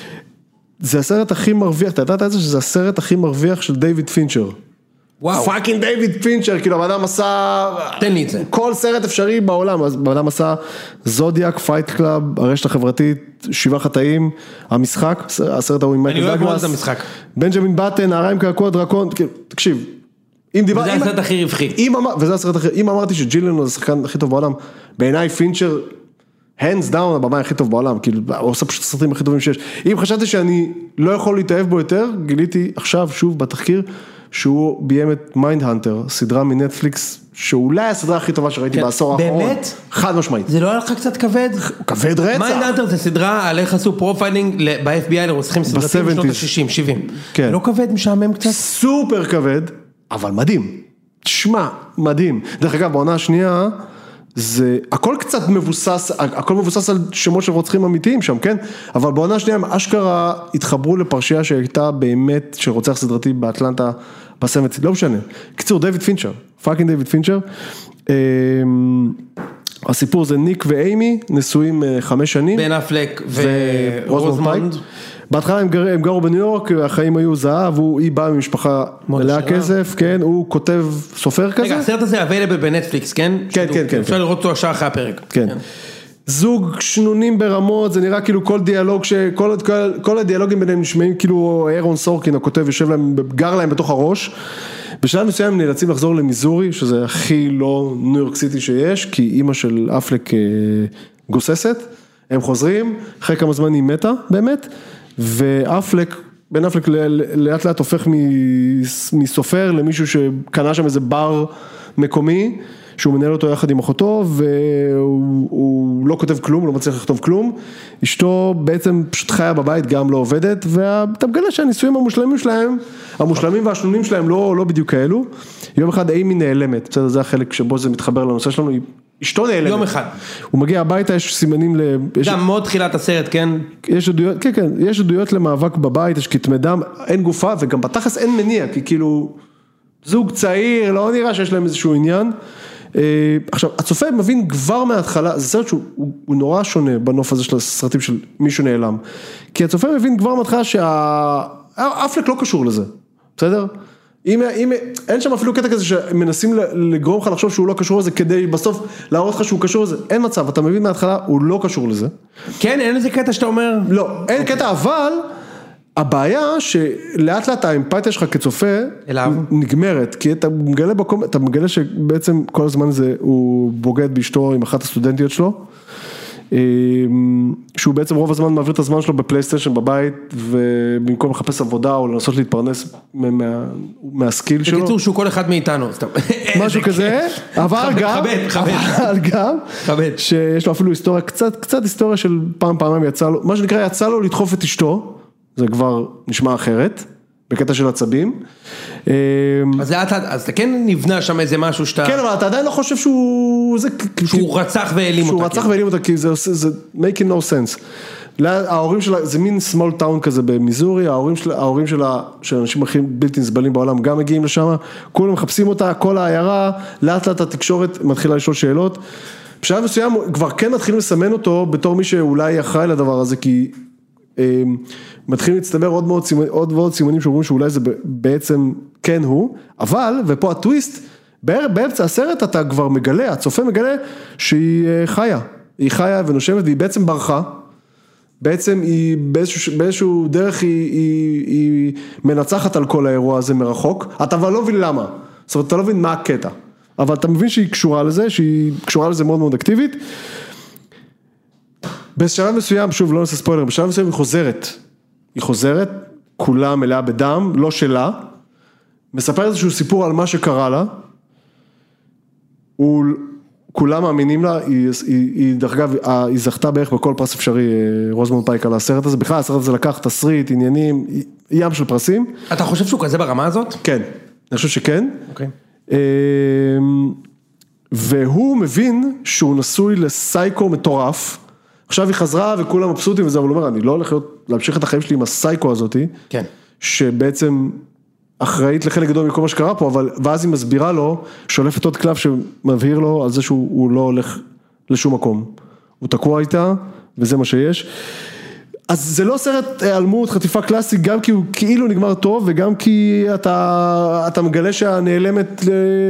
זה הסרט הכי מרוויח, אתה יודעת את זה שזה הסרט הכי מרוויח של דיוויד פינצ'ר. וואו. פאקינג דיוויד פינצ'ר, כאילו הבן אדם עשה... תן לי את זה. כל סרט אפשרי בעולם, אז הבן אדם עשה זודיאק, פייט קלאב, הרשת החברתית, שבעה חטאים, המשחק, הסרט ההוא עם מייקל דאגלס. אני לא אוהב את המשחק. בנג'מין בטן, נעריים קעקוע דרקון, כאילו, תקשיב. וזה הסרט הכי רווחי. וזה הסרט הכי, אם אמרתי שג'ילן הוא השחקן הכי טוב בעולם, בעיניי פינצ'ר, hands down, הבמה הכי טוב בעולם, כאילו, הוא עושה פשוט הסרטים הכי טובים שיש. אם חשבתי שאני לא יכול להתאהב בו יותר, גיליתי עכשיו, שוב, בתחקיר, שהוא ביים את מיינד הנטר, סדרה מנטפליקס, שאולי הסדרה הכי טובה שראיתי בעשור האחרון. באמת? חד משמעית. זה לא היה לך קצת כבד? כבד רצח. מיינד הנטר זה סדרה על איך עשו פרופיילינג ב-אף בי איי לרוצחים סדרתיים בשנות ה-שישים שבעים. כן. לא כבד, משעמם קצת? סופר כבד, אבל מדהים. תשמע, מדהים. דרך אגב, בעונה השנייה, זה, הכל קצת מבוסס, הכל מבוסס על שמות של רוצחים אמיתיים שם, כן? אבל בעונה השנייה הם אשכרה התחברו לפרשייה שהייתה באמת של רוצח סדרתי באטלנטה, בסמט, לא משנה. קיצור, דיוויד פינצ'ר, פאקינג דיוויד פינצ'ר. הסיפור זה ניק ואימי, נשואים חמש שנים. בן אפלק ורוזמונד. בהתחלה הם, גר, הם גרו בניו יורק, החיים היו זהב, היא באה ממשפחה מלאה כסף, כן, הוא כותב סופר כזה. רגע, הסרט הזה available בנטפליקס, כן? כן, כן, כן. אפשר לראות אותו השעה אחרי הפרק. כן. זוג שנונים ברמות, זה נראה כאילו כל דיאלוג, כל, כל, כל הדיאלוגים ביניהם נשמעים כאילו אירון סורקין, הכותב, יושב להם, גר להם בתוך הראש. בשלב מסוים הם נאלצים לחזור למיזורי, שזה הכי לא ניו יורק סיטי שיש, כי אימא של אפלק גוססת, הם חוזרים, אחרי כמה זמן היא מתה, באמת, ואפלק, בן אפלק לאט לאט הופך מסופר למישהו שקנה שם איזה בר מקומי, שהוא מנהל אותו יחד עם אחותו, והוא לא כותב כלום, לא מצליח לכתוב כלום, אשתו בעצם פשוט חיה בבית, גם לא עובדת, ואתה מגלה שהניסויים המושלמים שלהם, המושלמים והשנונים שלהם לא, לא בדיוק כאלו, יום אחד אימי נעלמת, בסדר, זה החלק שבו זה מתחבר לנושא שלנו, אשתו נעלמת. יום אחד. הוא מגיע הביתה, יש סימנים ל... גם מאוד תחילת הסרט, כן? יש עדויות, כן, כן, יש עדויות למאבק בבית, יש כתמי דם, אין גופה, וגם בתכלס אין מניע, כי כאילו, זוג צעיר, לא נראה שיש להם איזשהו עניין. עכשיו, הצופה מבין כבר מההתחלה, זה סרט שהוא הוא נורא שונה בנוף הזה של הסרטים של מישהו נעלם, כי הצופה מבין כבר מההתחלה שהאפלק לא קשור לזה, בסדר? אם, אם, אין שם אפילו קטע כזה שמנסים לגרום לך לחשוב שהוא לא קשור לזה, כדי בסוף להראות לך שהוא קשור לזה, אין מצב, אתה מבין מההתחלה, הוא לא קשור לזה. כן, אין איזה קטע שאתה אומר? לא, אין קטע, אבל הבעיה שלאט לאט האמפתיה שלך כצופה אליו. נגמרת, כי אתה מגלה, בקום, אתה מגלה שבעצם כל הזמן זה הוא בוגד באשתו עם אחת הסטודנטיות שלו, שהוא בעצם רוב הזמן מעביר את הזמן שלו בפלייסטיישן בבית, ובמקום לחפש עבודה או לנסות להתפרנס מה, מהסקיל שלו. בקיצור שהוא כל אחד מאיתנו, משהו כזה, אבל גם, אבל גם, שיש לו אפילו היסטוריה, קצת, קצת היסטוריה של פעם פעמיים יצא לו, מה שנקרא יצא לו לדחוף את אשתו, זה כבר נשמע אחרת, בקטע של עצבים. אז לאט לאט, אז אתה כן נבנה שם איזה משהו שאתה... כן, אבל אתה עדיין לא חושב שהוא... שהוא רצח והעלים אותה. שהוא רצח והעלים אותה, כי זה making no sense. ההורים שלה, זה מין small town כזה במיזורי, ההורים שלה, שאנשים הכי בלתי נסבלים בעולם, גם מגיעים לשם, כולם מחפשים אותה, כל העיירה, לאט לאט התקשורת מתחילה לשאול שאלות. בשלב מסוים כבר כן מתחילים לסמן אותו, בתור מי שאולי אחראי לדבר הזה, כי... מתחילים להצטבר עוד מאוד עוד ועוד סימנים שאומרים שאולי זה בעצם כן הוא, אבל, ופה הטוויסט, באמצע הסרט אתה כבר מגלה, הצופה מגלה שהיא חיה, היא חיה ונושמת והיא בעצם ברחה, בעצם היא באיזשהו, באיזשהו דרך היא, היא, היא מנצחת על כל האירוע הזה מרחוק, אתה אבל לא מבין למה, זאת אומרת אתה לא מבין מה הקטע, אבל אתה מבין שהיא קשורה לזה, שהיא קשורה לזה מאוד מאוד אקטיבית, בשלב מסוים, שוב לא נעשה ספוילר, בשלב מסוים היא חוזרת, היא חוזרת, כולה מלאה בדם, לא שלה, מספר איזשהו סיפור על מה שקרה לה, הוא, כולם מאמינים לה, היא, היא, היא דרך אגב, היא זכתה בערך בכל פרס אפשרי, רוזמונד פייק על הסרט הזה, בכלל הסרט הזה לקח תסריט, עניינים, ים של פרסים. אתה חושב שהוא כזה ברמה הזאת? כן, אני חושב שכן. אוקיי. והוא מבין שהוא נשוי לסייקו מטורף, עכשיו היא חזרה וכולם מבסוטים וזה, אבל הוא אומר, אני לא הולך להמשיך את החיים שלי עם הסייקו הזאתי, כן. שבעצם אחראית לחלק גדול מכל מה שקרה פה, אבל, ואז היא מסבירה לו, שולפת עוד קלף שמבהיר לו על זה שהוא לא הולך לשום מקום. הוא תקוע איתה, וזה מה שיש. אז זה לא סרט אלמות, חטיפה קלאסית, גם כי הוא כאילו נגמר טוב, וגם כי אתה, אתה מגלה שהנעלמת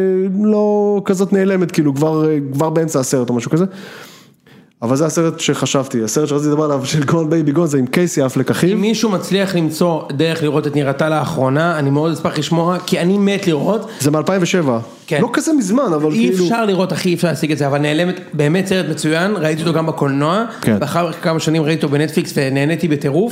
לא כזאת נעלמת, כאילו כבר, כבר באמצע הסרט או משהו כזה. אבל זה הסרט שחשבתי, הסרט שרציתי לדבר עליו של גון בייבי גון, זה עם קייסי אפלק אחיו. אם מישהו מצליח למצוא דרך לראות את נראתה לאחרונה, אני מאוד אשמח לשמוע, כי אני מת לראות. זה מ-אלפיים ושבע, כן. לא כזה מזמן, אבל אי כאילו... אי אפשר לראות, אחי, אי אפשר להשיג את זה, אבל נעלמת, באמת סרט מצוין, ראיתי אותו גם בקולנוע, כן. ואחר כמה שנים ראיתי אותו בנטפליקס, ונהניתי בטירוף.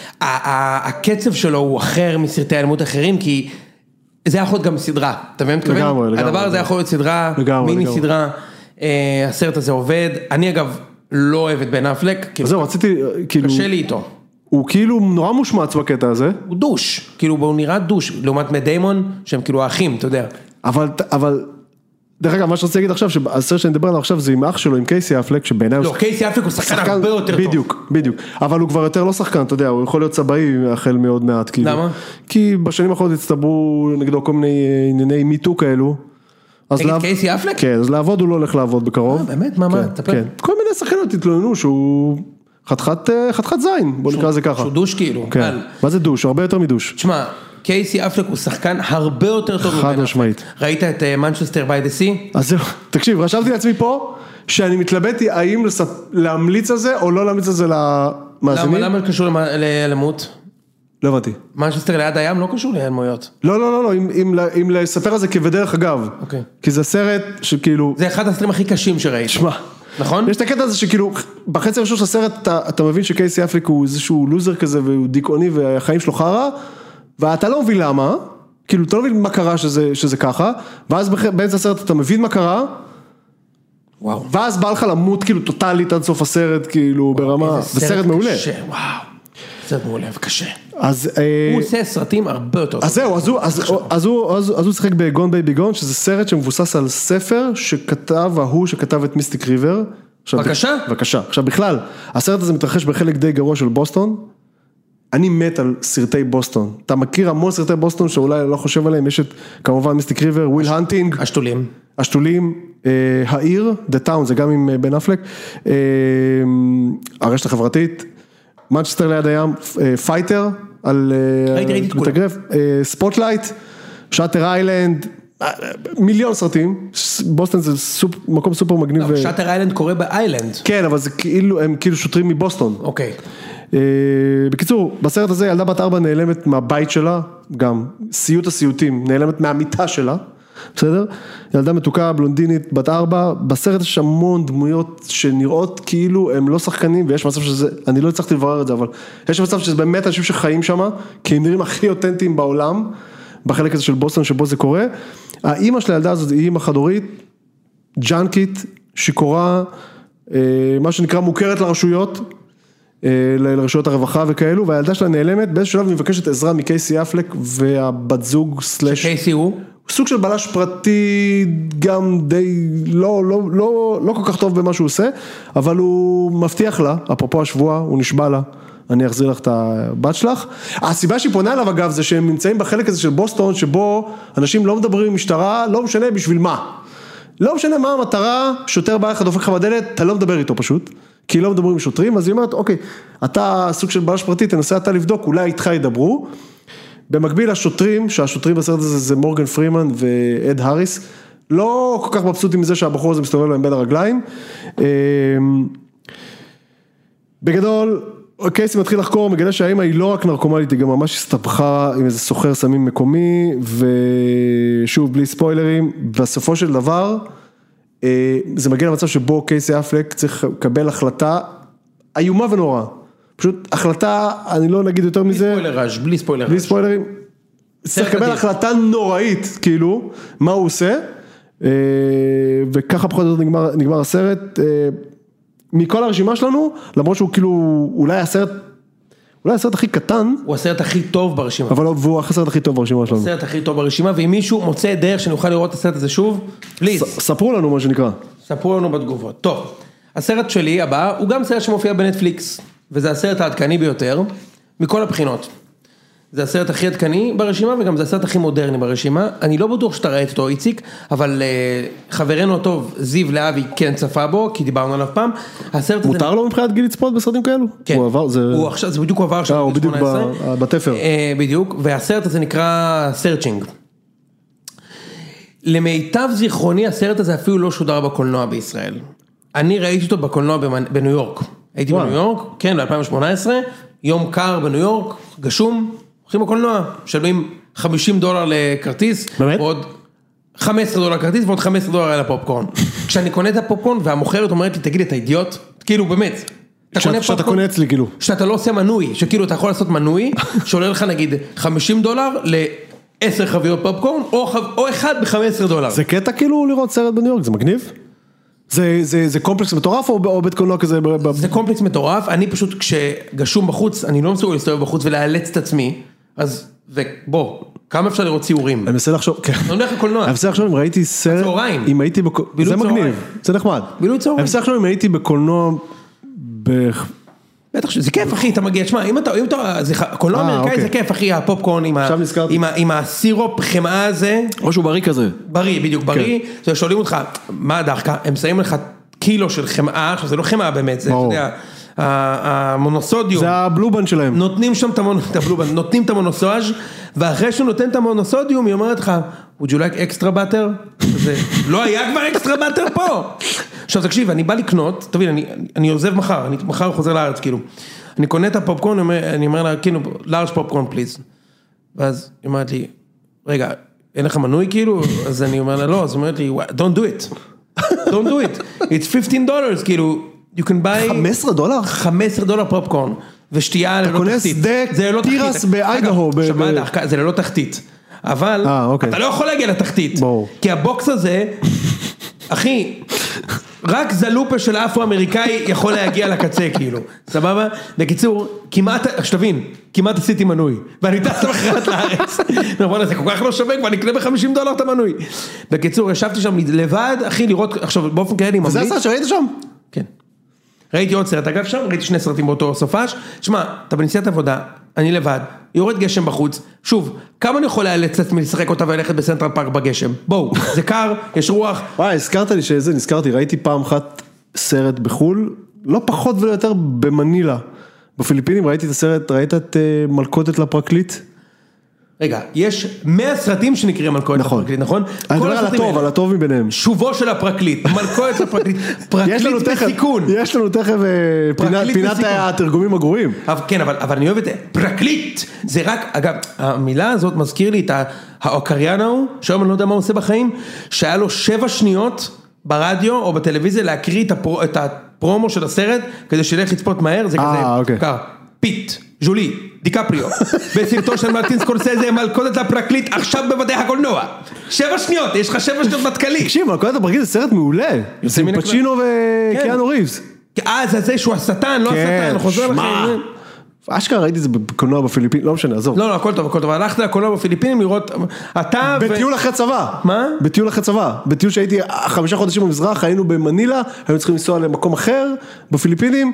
הקצב שלו הוא אחר מסרטי אלמות אחרים, כי זה יכול להיות גם סדרה, אתה מבין? לגמרי, לגמרי. הדבר הזה יכול להיות סדרה, לגמרי, מיני לגמרי. סדרה, הסרט הזה עובד, אני אגב לא אוהב את בן אפלק, זהו, רציתי, כאילו... קשה לי איתו. הוא כאילו נורא מושמץ בקטע הזה. הוא דוש, כאילו הוא נראה דוש, לעומת מדיימון, שהם כאילו האחים, אתה יודע. אבל, אבל, דרך אגב, מה שרציתי להגיד עכשיו, שהסרט שאני מדבר עליו עכשיו, זה עם אח שלו, עם קייסי אפלק, שבעיניי... לא, קייסי אפלק הוא שחקן הרבה יותר טוב. בדיוק, בדיוק. אבל הוא כבר יותר לא שחקן, אתה יודע, הוא יכול להיות צבאי החל מאוד מעט, כאילו. למה? כי בשנים האחרונות הצטברו נגדו כל מיני ענייני מיטו כאלו. נגד קייסי אפלק? כן, אז לעבוד הוא לא הולך לעבוד בקרוב. אה, באמת? מה, מה? כן, כל מיני שחקנות התלוננו שהוא חתיכת זין, בוא נקרא זה ככה. שהוא דוש כאילו. מה זה דוש? הרבה יותר מדוש. תשמע, קייסי אפלק הוא שחקן הרבה יותר טוב. חד משמעית. ראית את מנצ'סטר ביי דה סי? אז זהו, תקשיב, רשמתי לעצמי פה, שאני מתלבטתי האם להמליץ על זה או לא להמליץ על זה למאזינים. למה זה קשור לאלמות? לא הבנתי. מנצ'סטר ליד הים לא קשור לאלמויות. לא, לא, לא, לא, אם לספר על זה כבדרך אגב. אוקיי. כי זה סרט שכאילו... זה אחד הסרטים הכי קשים שראיתי. שמע. נכון? יש את הקטע הזה שכאילו, בחצי הראשון של הסרט אתה, אתה מבין שקייסי אפלק הוא איזשהו לוזר כזה והוא דיכאוני והחיים שלו חרא, ואתה לא מבין למה, כאילו אתה לא מבין מה קרה שזה, שזה ככה, ואז באמצע הסרט אתה מבין מה קרה, וואו. ואז בא לך למות כאילו טוטלית עד סוף הסרט, כאילו ברמה, בסרט מעולה. קשה, וואו. סרט מעולה וקשה. אז, הוא עושה סרטים הרבה יותר. אז זהו, אז הוא, אז, אז הוא, אז, אז הוא שחק בגון בייבי גון, שזה סרט שמבוסס על ספר שכתב ההוא שכתב את מיסטיק ריבר. בבקשה? בבקשה. עכשיו בכלל, הסרט הזה מתרחש בחלק די גרוע של בוסטון. אני מת על סרטי בוסטון. אתה מכיר המון סרטי בוסטון שאולי לא חושב עליהם, יש את כמובן מיסטיק ריבר, וויל הנטינג. השתולים. השתולים, אה, העיר, The Town, זה גם עם בן אפלק. אה, הרשת החברתית, מנצ'סטר ליד הים, פייטר, על מתאגרף, ספוטלייט, שאטר איילנד, מיליון סרטים, בוסטון זה מקום סופר מגניב. שאטר איילנד קורה באיילנד. כן, אבל הם כאילו שוטרים מבוסטון. אוקיי. בקיצור, בסרט הזה ילדה בת ארבע נעלמת מהבית שלה, גם סיוט הסיוטים, נעלמת מהמיטה שלה, בסדר? ילדה מתוקה, בלונדינית, בת ארבע, בסרט יש המון דמויות שנראות כאילו הם לא שחקנים, ויש מצב שזה, אני לא הצלחתי לברר את זה, אבל יש מצב שזה באמת אנשים שחיים שם, כי הם נראים הכי אותנטיים בעולם, בחלק הזה של בוסטון שבו זה קורה. האמא של הילדה הזאת היא אמא חד-הורית, ג'אנקית, שיקורה, מה שנקרא מוכרת לרשויות, לרשויות הרווחה וכאלו, והילדה שלה נעלמת, באיזה שלב מבקשת עזרה מקייסי אפלק, והבת זוג סלש... שקייסי הוא? סוג של בלש פרטי, גם די, לא, לא, לא, לא כל כך טוב במה שהוא עושה, אבל הוא מבטיח לה, אפרופו השבוע, הוא נשבע לה, אני אחזיר לך את הבת שלך. הסיבה שהיא פונה אליו אגב, זה שהם נמצאים בחלק הזה של בוסטון, שבו אנשים לא מדברים עם משטרה, לא משנה בשביל מה. לא משנה מה המטרה, שוטר בא לך, דופק לך בדלת, אתה לא מדבר איתו פשוט, כי לא מדברים עם שוטרים, אז היא אומרת, אוקיי, אתה סוג של בלש פרטי, תנסה אתה לבדוק, אולי איתך ידברו. במקביל השוטרים, שהשוטרים בסרט הזה זה מורגן פרימן ואד האריס, לא כל כך מבסוטים מזה שהבחור הזה מסתובב להם בין הרגליים. בגדול, קייסי מתחיל לחקור, מגלה שהאמא היא לא רק נרקומלית, היא גם ממש הסתבכה עם איזה סוחר סמים מקומי, ושוב, בלי ספוילרים, בסופו של דבר, זה מגיע למצב שבו קייסי אפלק צריך לקבל החלטה איומה ונורא. פשוט החלטה, אני לא נגיד יותר מזה. בלי ספוילרש, בלי ספוילרש. בלי ספוילרים. צריך לקבל החלטה נוראית, כאילו, מה הוא עושה, וככה פחות או יותר נגמר, נגמר הסרט. מכל הרשימה שלנו, למרות שהוא כאילו, אולי הסרט, אולי הסרט הכי קטן. הוא הסרט הכי טוב ברשימה. אבל הוא הסרט הכי טוב ברשימה שלנו. הסרט הכי טוב ברשימה, ואם מישהו מוצא דרך שנוכל לראות את הסרט הזה שוב, פליז. ספרו לנו מה שנקרא. ספרו לנו בתגובות. טוב, הסרט שלי הבא, הוא גם סרט שמופיע בנטפליקס, וזה הסרט העדכני ביותר, מכל הבחינות. זה הסרט הכי עדכני ברשימה, וגם זה הסרט הכי מודרני ברשימה. אני לא בטוח שאתה ראית אותו, איציק, אבל uh, חברנו הטוב, זיו להבי, כן צפה בו, כי דיברנו עליו פעם. הסרט מותר הזה... לו מבחינת גיל לצפות בסרטים כאלו? כן. הוא עבר, זה... הוא עכשיו, זה בדיוק הוא עבר עכשיו. הוא בדיוק בתפר. Uh, בדיוק, והסרט הזה נקרא Searching. למיטב זיכרוני, הסרט הזה אפילו לא שודר בקולנוע בישראל. אני ראיתי אותו בקולנוע בניו יורק. הייתי בניו יורק, כן, ב-אלפיים שמונה עשרה, יום קר בניו יורק, גשום, הולכים בקולנוע, שלמים חמישים דולר לכרטיס, באמת? ועוד חמישה עשר דולר לכרטיס, ועוד חמישה עשר דולר על הפופקורן. כשאני קונה את הפופקורן, והמוכרת אומרת לי, תגיד, אתה אידיוט? כאילו, באמת. שאתה קונה אצלי, כאילו. שאתה לא עושה מנוי, שכאילו אתה יכול לעשות מנוי, שעולה לך נגיד חמישים דולר ל-עשר חביות פופקורן, או אחד ב-חמישה עשר דולר. זה קטע כאילו לראות סרט בניו יורק, זה מגניב? זה, זה, זה קומפלקס מטורף או, או בית קולנוע כזה? זה קומפלקס מטורף, אני פשוט כשגשום בחוץ, אני לא מסוגל להסתובב בחוץ ולהאלץ את עצמי, אז בוא, כמה אפשר לראות ציורים? אני מנסה לחשוב, כן. אני הולך לקולנוע. אני מנסה לחשוב אם ראיתי סרט, צהריים. אם הייתי בקולנוע, זה מגניב, זה נחמד. בילוי צהריים. אני מנסה לחשוב אם הייתי בקולנוע, ב... בטח שזה כיף אחי, אתה מגיע, תשמע, אם אתה, אם אתה, זה קולנוע אמריקאי זה כיף אחי, הפופקורן עם ה... עם הסירופ חמאה הזה. או שהוא בריא כזה. בריא, בדיוק בריא. שואלים אותך, מה דווקא? הם שמים לך קילו של חמאה, עכשיו זה לא חמאה באמת, זה, אתה יודע, המונוסודיום. זה הבלובן שלהם. נותנים שם את הבלובן, נותנים את המונוסואז' ואחרי שהוא נותן את המונוסודיום, היא אומרת לך, would you like extra butter? לא היה כבר extra butter פה. עכשיו תקשיב, אני בא לקנות, תבין, אני, אני עוזב מחר, אני מחר חוזר לארץ, כאילו. אני קונה את הפופקורן, אני אומר לה, כאילו, large popcorn please. ואז היא אומרת לי, רגע, אין לך מנוי כאילו? אז אני אומר לה, לא, אז היא אומרת לי, don't do it. don't do it. It's fifteen dollars, כאילו, you can buy... חמישה עשר דולר? חמישה עשר דולר פופקורן, ושתייה ללא תחתית. אתה קונה שדה תירס באיידהו. זה ללא תחתית. אבל, אתה לא יכול להגיע לתחתית. כי הבוקס הזה, אחי, רק זלופה של אפרו-אמריקאי יכול להגיע לקצה, כאילו. סבבה? בקיצור, כמעט, שתבין, כמעט עשיתי מנוי. ואני טס למחרת לארץ. נכון, זה כל כך לא שווה, כבר נקנה ב-חמישים דולר את המנוי. בקיצור, ישבתי שם לבד, אחי, לראות, עכשיו, באופן כאלה, אני ממליץ. וזה הסרט שראית שם? כן. ראיתי עוד סרט, אגב, שם, ראיתי שני סרטים באותו סופש. שמע, אתה בנסיעת עבודה, אני לבד, יורד גשם בחוץ. שוב, כמה אני יכול לאלץ לעצמי לשחק אותה וללכת בסנטרל פארק בגשם? בואו, זה קר, יש רוח. וואי, הזכרת לי שזה, נזכרתי, ראיתי פעם אחת סרט בחול, לא פחות ולא יותר במנילה. בפיליפינים ראיתי את הסרט, ראית את מלכודת לפרקליט? רגע, יש מאה סרטים שנקראים מלכודת לפרקליט, נכון? אני מדבר על הטוב, על הטוב מביניהם. שובו של הפרקליט, מלכודת לפרקליט, פרקליט בסיכון. יש לנו תכף פינת התרגומים הגרועים. כן, אבל אני אוהב את זה, פרקליט, זה רק, אגב, המילה הזאת מזכיר לי את האוקריאן ההוא, שהיום אני לא יודע מה הוא עושה בחיים, שהיה לו שבע שניות ברדיו או בטלוויזיה להקריא את הפרומו של הסרט, כדי שילך לצפות מהר, זה כזה, פיט, ז'ולי, דיקפריו, בסרטו של מרטין סקורסזה, מלכודת לפרקליט, עכשיו בבתי הקולנוע. שבע שניות, יש לך שבע שניות מתקלי. תקשיב, מלכודת לפרקליט זה סרט מעולה. זה פצ'ינו וקיאנו ריבס. אה, זה זה שהוא השטן, לא השטן, חוזר לכם. אשכרה ראיתי את זה בקולנוע בפיליפינים, לא משנה, עזוב. לא, לא, הכל טוב, הכל טוב. הלכת לקולנוע בפיליפינים לראות, אתה ו... בטיול אחרי צבא. מה? בטיול אחרי צבא. בטיול שהייתי חמישה חודשים במזרח, היינו במנילה, היינו צריכים לנסוע למקום אחר, בפיליפינים.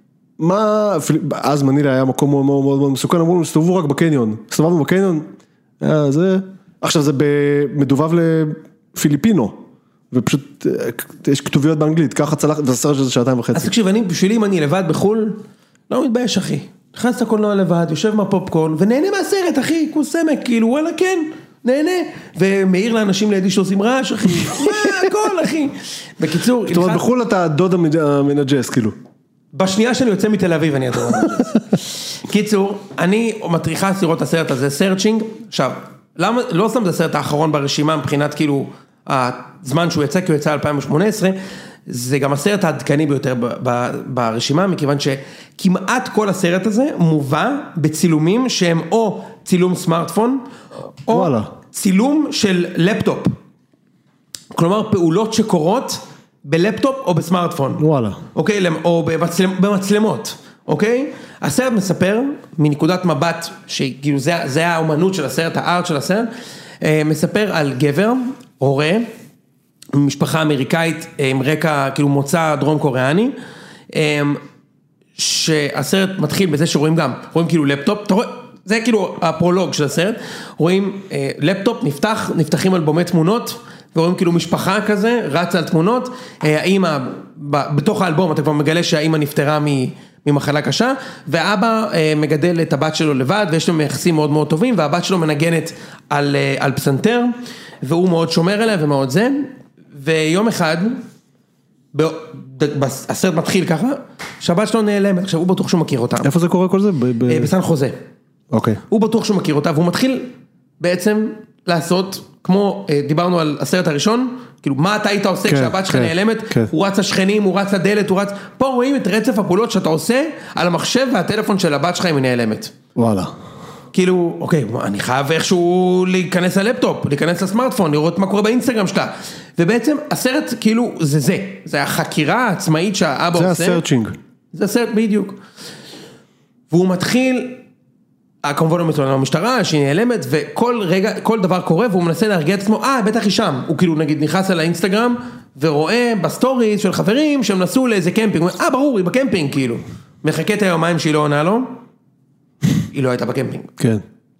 מה, אז מנילה היה מקום מאוד מאוד מאוד מסוכן, אמרו לנו, סתובבו רק בקניון. סתובבנו בקניון, זה... עכשיו זה מדובב לפיליפינו, ופשוט יש כתוביות באנגלית, ככה צלח, זה סרט שזה שעתיים וחצי. אז תקשיב, אני, בשבילי אם אני לבד בחול, לא מתבייש אחי. נכנס לקולנוע לבד, יושב מהפופקורן, ונהנה מהסרט אחי, כמו סמק, כאילו וואלה כן, נהנה. ומעיר לאנשים לידי שעושים רעש אחי, מה, הכל אחי. בקיצור, זאת אומרת, בחול אתה דוד המנג'ס, כאילו. בשנייה שאני יוצא מתל אביב אני הדוד המנג'ס. קיצור, אני מטריחה לראות הסרט הזה, סרצ'ינג, עכשיו, למה, לא סתם זה הסרט האחרון ברשימה, מבחינת כאילו, הזמן שהוא יצא, כי הוא יצא אלפיים ושמונה עשרה, זה גם הסרט העדכני ביותר ברשימה, מכיוון שכמעט כל הסרט הזה מובא בצילומים שהם או צילום סמארטפון, או וואלה. צילום של לפטופ. כלומר, פעולות שקורות בלפטופ או בסמארטפון. וואלה. אוקיי? או במצלמ, במצלמות. אוקיי? הסרט מספר, מנקודת מבט, שכאילו זה, זה האומנות של הסרט, הארט של הסרט, מספר על גבר, הורה, משפחה אמריקאית עם רקע כאילו מוצא דרום קוריאני, שהסרט מתחיל בזה שרואים גם, רואים כאילו לפטופ, אתה רואה, זה כאילו הפרולוג של הסרט, רואים לפטופ, נפתח, נפתחים אלבומי תמונות, ורואים כאילו משפחה כזה, רצה על תמונות, האמא, בתוך האלבום אתה כבר מגלה שהאמא נפטרה ממחלה קשה, ואבא מגדל את הבת שלו לבד, ויש להם יחסים מאוד מאוד טובים, והבת שלו מנגנת על, על פסנתר, והוא מאוד שומר אליה ומאוד זה, ויום אחד, הסרט מתחיל ככה, שהבת שלו נעלמת, עכשיו הוא בטוח שהוא מכיר אותה. איפה זה קורה כל זה? בסן חוזה. אוקיי. הוא בטוח שהוא מכיר אותה, והוא מתחיל בעצם לעשות, כמו דיברנו על הסרט הראשון, כאילו מה אתה היית עושה כשהבת שלך נעלמת, הוא רץ לשכנים, הוא רץ לדלת, הוא רץ, פה רואים את רצף הפעולות שאתה עושה על המחשב והטלפון של הבת שלך אם היא נעלמת. וואלה. כאילו, אוקיי, אני חייב איכשהו להיכנס ללפטופ, להיכנס לסמארטפון, לראות מה קורה באינסטגרם שלה. ובעצם הסרט כאילו זה זה, זה החקירה העצמאית שהאבא עושה. זה הסרצ'ינג. זה הסרט בדיוק. והוא מתחיל, כמובן הוא מתלונן במשטרה שהיא נעלמת, וכל רגע, כל דבר קורה, והוא מנסה להרגיע את עצמו, אה, בטח היא שם. הוא כאילו נגיד נכנס על האינסטגרם, ורואה בסטוריז של חברים שהם נסעו לאיזה קמפינג, הוא אומר, אה, ברור, היא בקמפינג, כאילו. מחכה את היומיים שהיא לא עונה לו. היא לא הייתה בקמפינג. כן.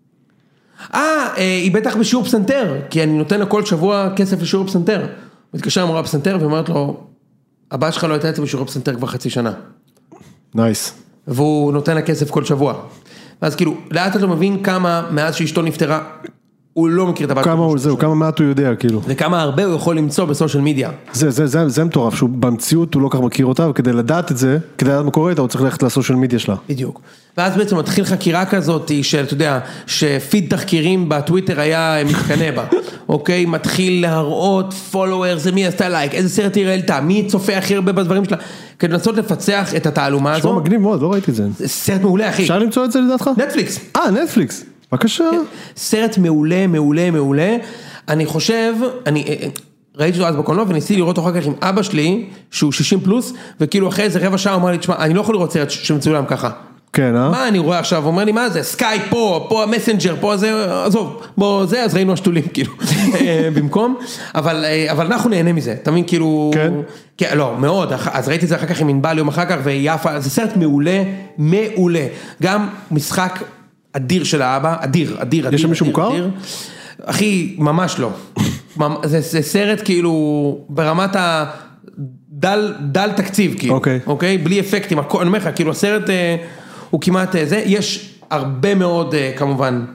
אה, היא בטח בשיעור פסנתר, כי אני נותן לה כל שבוע כסף לשיעור פסנתר. מתקשר אמרה פסנתר ואומרת לו, הבת שלך לא הייתה אצלי בשיעור פסנתר כבר חצי שנה. נייס. והוא נותן לה כסף כל שבוע. ואז כאילו, לאט אתה מבין כמה מאז שאשתו נפטרה, הוא לא מכיר את הבת. כמה הוא זהו, כמה מעט הוא יודע, כאילו. וכמה הרבה הוא יכול למצוא בסושיאל מדיה. זה, זה, זה, זה מטורף, שהוא במציאות הוא לא כך מכיר אותה, וכדי לדעת את זה, כדי לדעת מה קורה איתה, הוא צריך ללכת לסושיאל מדיה שלה. בדיוק. ואז בעצם מתחיל חקירה כזאת, של, אתה יודע, שפיד תחקירים בטוויטר היה מתקנה בה. אוקיי, מתחיל להראות פולוור, זה מי עשתה לייק, איזה סרט היא ראיתה, מי צופה הכי הרבה בדברים שלה, כדי לנסות לפצח את התעלומה הזו. שמה מגניב מאוד, לא ראיתי את זה. זה סרט מעולה, אחי. אפשר למצוא את זה לדעתך? נטפליקס. אה, נטפליקס. בבקשה. סרט מעולה, מעולה, מעולה. אני חושב, אני ראיתי אותו אז בקולנוע, וניסיתי לראות אחר כך עם אבא שלי, שהוא שישים פלוס, וכאילו אחרי איזה רבע שעה הוא אמר לי, תשמע, אני לא יכול לראות סרט שמצולם ככה. כן, אה? מה אני רואה עכשיו? הוא אומר לי, מה זה? סקאי פה, פה המסנג'ר, פה זה, עזוב, בוא זה, אז ראינו השתולים, כאילו, במקום. אבל, אבל אנחנו נהנה מזה, אתה מבין, כאילו... כן. כן, לא, מאוד, אז ראיתי את זה אחר כך עם ענבל יום אחר כך, ויפה, זה סרט מעולה, מעולה. גם משחק אדיר של האבא, אדיר, אדיר, אדיר. יש שם מישהו מוכר? אחי, ממש לא. זה, זה סרט כאילו, ברמת ה... דל, דל תקציב, כאילו. אוקיי. אוקיי? בלי אפקטים, אני אומר לך, כאילו, הסרט... הוא כמעט זה, יש הרבה מאוד כמובן,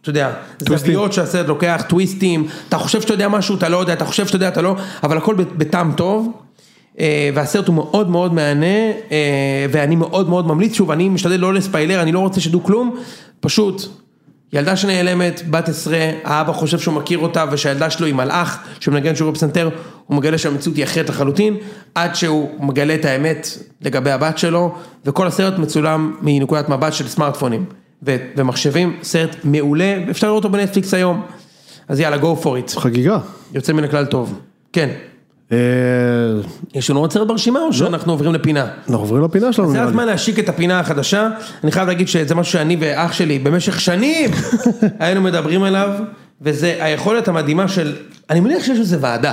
אתה יודע, זוויות שהסרט לוקח, טוויסטים, אתה חושב שאתה יודע משהו, אתה לא יודע, אתה חושב שאתה יודע, אתה לא, אבל הכל בטעם טוב, והסרט הוא מאוד מאוד מענה, ואני מאוד מאוד ממליץ, שוב, אני משתדל לא לספיילר, אני לא רוצה שדעו כלום, פשוט, ילדה שנעלמת, בת עשרה, האבא חושב שהוא מכיר אותה, ושהילדה שלו היא מלאך, שמנגן שיעורי פסנתר, הוא מגלה שהמציאות היא אחרת לחלוטין, עד שהוא מגלה את האמת לגבי הבת שלו, וכל הסרט מצולם מנקודת מבט של סמארטפונים, ו- ומחשבים, סרט מעולה, ואפשר לראות אותו בנטפליקס היום, אז יאללה, go for it. חגיגה. יוצא מן הכלל טוב. כן. אה... יש לנו עוד סרט ברשימה, או שאנחנו עוברים לפינה? אנחנו עוברים לפינה שלנו. זה הזמן להשיק את הפינה החדשה, אני חייב להגיד שזה משהו שאני ואח שלי במשך שנים היינו מדברים עליו, וזה היכולת המדהימה של, אני מניח שיש לזה ועדה,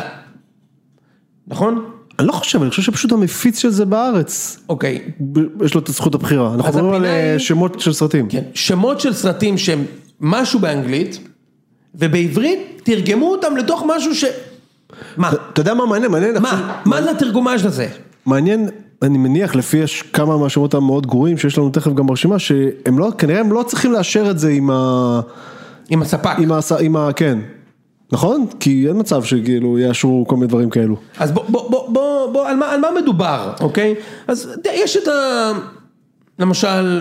נכון? אני לא חושב, אני חושב שפשוט המפיץ של זה בארץ. אוקיי. יש לו את זכות הבחירה. אנחנו מדברים על שמות של סרטים. כן, שמות של סרטים שהם משהו באנגלית, ובעברית תרגמו אותם לתוך משהו ש... מה? אתה יודע מה מעניין? מעניין. מה? מה זה התרגומש לזה? מעניין, אני מניח, לפי יש כמה מהשמות המאוד גרועים, שיש לנו תכף גם ברשימה, שהם לא, כנראה הם לא צריכים לאשר את זה עם ה... עם הספק. עם ה... עם ה... כן. נכון? כי אין מצב שכאילו יאשרו כל מיני דברים כאלו. אז בוא, בוא, בוא, בוא, בוא, על מה, על מה מדובר, אוקיי? אז יש את ה... למשל,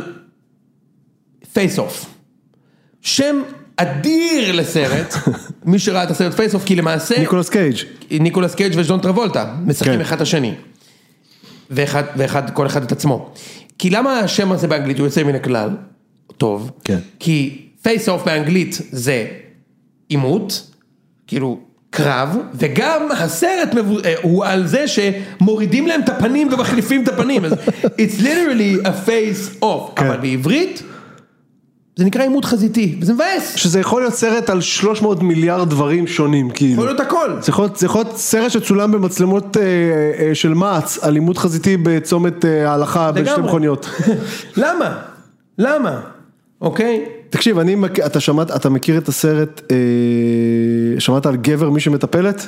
Face Off. שם אדיר לסרט, מי שראה את הסרט Face Off, כי למעשה... ניקולס קייג'. ניקולס קייג' וג'ון טרבולטה, משחקים אחד השני. ואחד, ואחד, כל אחד את עצמו. כי למה השם הזה באנגלית הוא יוצא מן הכלל? טוב. כן. כי Face Off באנגלית זה עימות, כאילו קרב, וגם הסרט הוא על זה שמורידים להם את הפנים ומחליפים את הפנים. It's literally a face off. אבל בעברית זה נקרא עימות חזיתי, וזה מבאס. שזה יכול להיות סרט על שלוש מאות מיליארד דברים שונים, כאילו. יכול להיות הכל. זה יכול, זה יכול להיות סרט שצולם במצלמות אה, אה, של מעץ, על עימות חזיתי בצומת אה, ההלכה בין שתי מכוניות. למה? למה? אוקיי? תקשיב, אני, אתה שמעת, אתה מכיר את הסרט, אה, שמעת על גבר מי שמטפלת?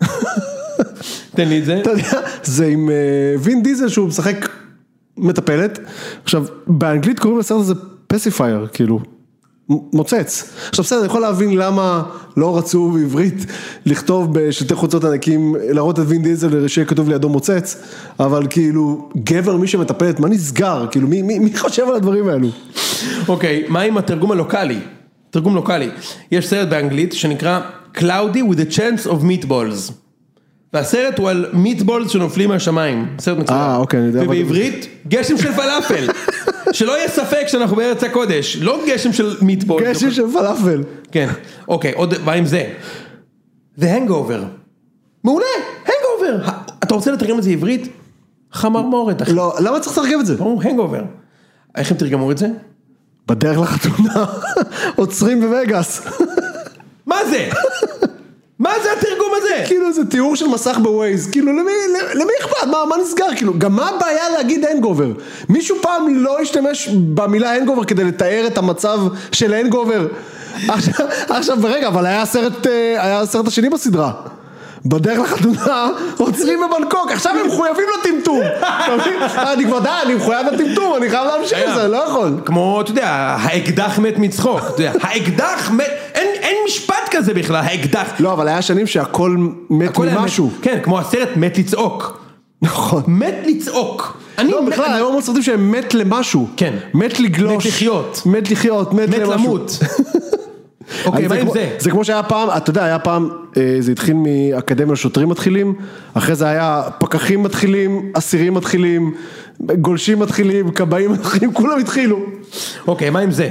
תן לי את זה. אתה יודע, זה עם אה, וין דיזל שהוא משחק מטפלת. עכשיו, באנגלית קוראים לסרט הזה פסיפייר, כאילו, מוצץ. עכשיו בסדר, אני יכול להבין למה לא רצו בעברית לכתוב בשלטי חוצות ענקים, להראות את וין דיזל שיהיה כתוב לידו מוצץ, אבל כאילו, גבר מי שמטפלת, מה נסגר? כאילו, מי, מי, מי חושב על הדברים האלו? אוקיי, מה עם התרגום הלוקלי? תרגום לוקלי. יש סרט באנגלית שנקרא Cloudy with a Chance of Meatballs. והסרט הוא על מיטבולס שנופלים מהשמיים. סרט מצוין. אה, אוקיי, אני יודע. ובעברית, גשם של פלאפל. שלא יהיה ספק שאנחנו בארץ הקודש. לא גשם של מיטבולס. גשם של פלאפל. כן. אוקיי, עוד, מה עם זה? The Hangover. מעולה, Hangover. אתה רוצה לתרגם את זה עברית? חמרמורת. לא, למה צריך לתרגם את זה? ברור, Hangover. איך הם תרגמו את זה? בדרך לחתונה. עוצרים בווגאס. מה זה? מה זה התרגום הזה? כאילו זה תיאור של מסך בווייז, כאילו למי, למי אכפת, מה, מה נסגר, כאילו, גם מה הבעיה להגיד הנגובר? מישהו פעם לא השתמש במילה הנגובר כדי לתאר את המצב של הנגובר? עכשיו, עכשיו ברגע, אבל היה הסרט, היה הסרט השני בסדרה. בדרך לחתונה, עוצרים בבנקוק, עכשיו הם מחויבים לטמטום. אני כבר די, אני מחויב לטמטום, אני חייב להמשיך את זה, לא יכול. כמו, אתה יודע, האקדח מת מצחוק, האקדח מת, אין משפט כזה בכלל, האקדח. לא, אבל היה שנים שהכל מת ממשהו. כן, כמו הסרט מת לצעוק. נכון. מת לצעוק. לא, בכלל, היום מאוד סרטים שהם מת למשהו. כן. מת לגלוש. מת לחיות. מת לחיות, מת למשהו. מת למות. אוקיי, מה עם זה? זה כמו שהיה פעם, אתה יודע, היה פעם, זה התחיל מאקדמיה לשוטרים מתחילים, אחרי זה היה פקחים מתחילים, אסירים מתחילים, גולשים מתחילים, קבעים מתחילים, כולם התחילו. אוקיי, מה עם זה?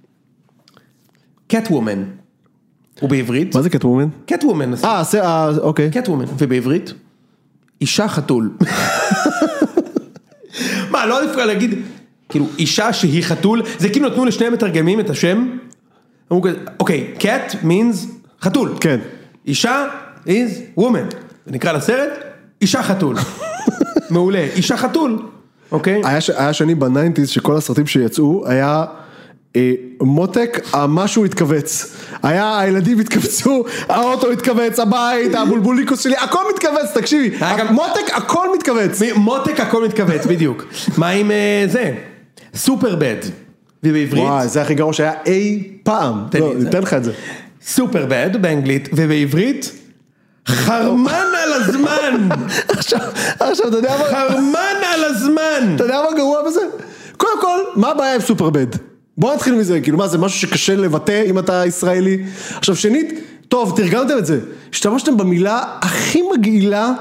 קטוומן. ובעברית? מה זה קטוומן? קטוומן. אה, אוקיי. קטוומן. ובעברית? אישה חתול. מה, לא נפגע להגיד, כאילו, אישה שהיא חתול, זה כאילו נתנו לשני מתרגמים את השם, אוקיי, cat means חתול. כן. אישה is woman. זה נקרא לסרט, אישה חתול. מעולה, אישה חתול. אוקיי? היה שנים בניינטיז שכל הסרטים שיצאו, היה מותק, משהו התכווץ. היה, הילדים התכווצו, האוטו התכווץ, הבית, הבולבוליקוס שלי, הכל מתכווץ, תקשיבי. מותק, הכל מתכווץ. מותק, הכל מתכווץ, בדיוק. מה עם זה? סופר בד. ובעברית. וואי, זה הכי גרוע שהיה אי פעם. לא, ניתן לך את זה. סופר בד באנגלית, ובעברית, חרמן על הזמן. עכשיו, עכשיו, אתה יודע מה? חרמן על הזמן. אתה יודע מה גרוע בזה? קודם כל, מה הבעיה עם סופר בד? בוא נתחיל מזה, כאילו מה, זה משהו שקשה לבטא אם אתה ישראלי. עכשיו, שנית, טוב, תרגמתם את זה. השתמשתם במילה הכי מגעילה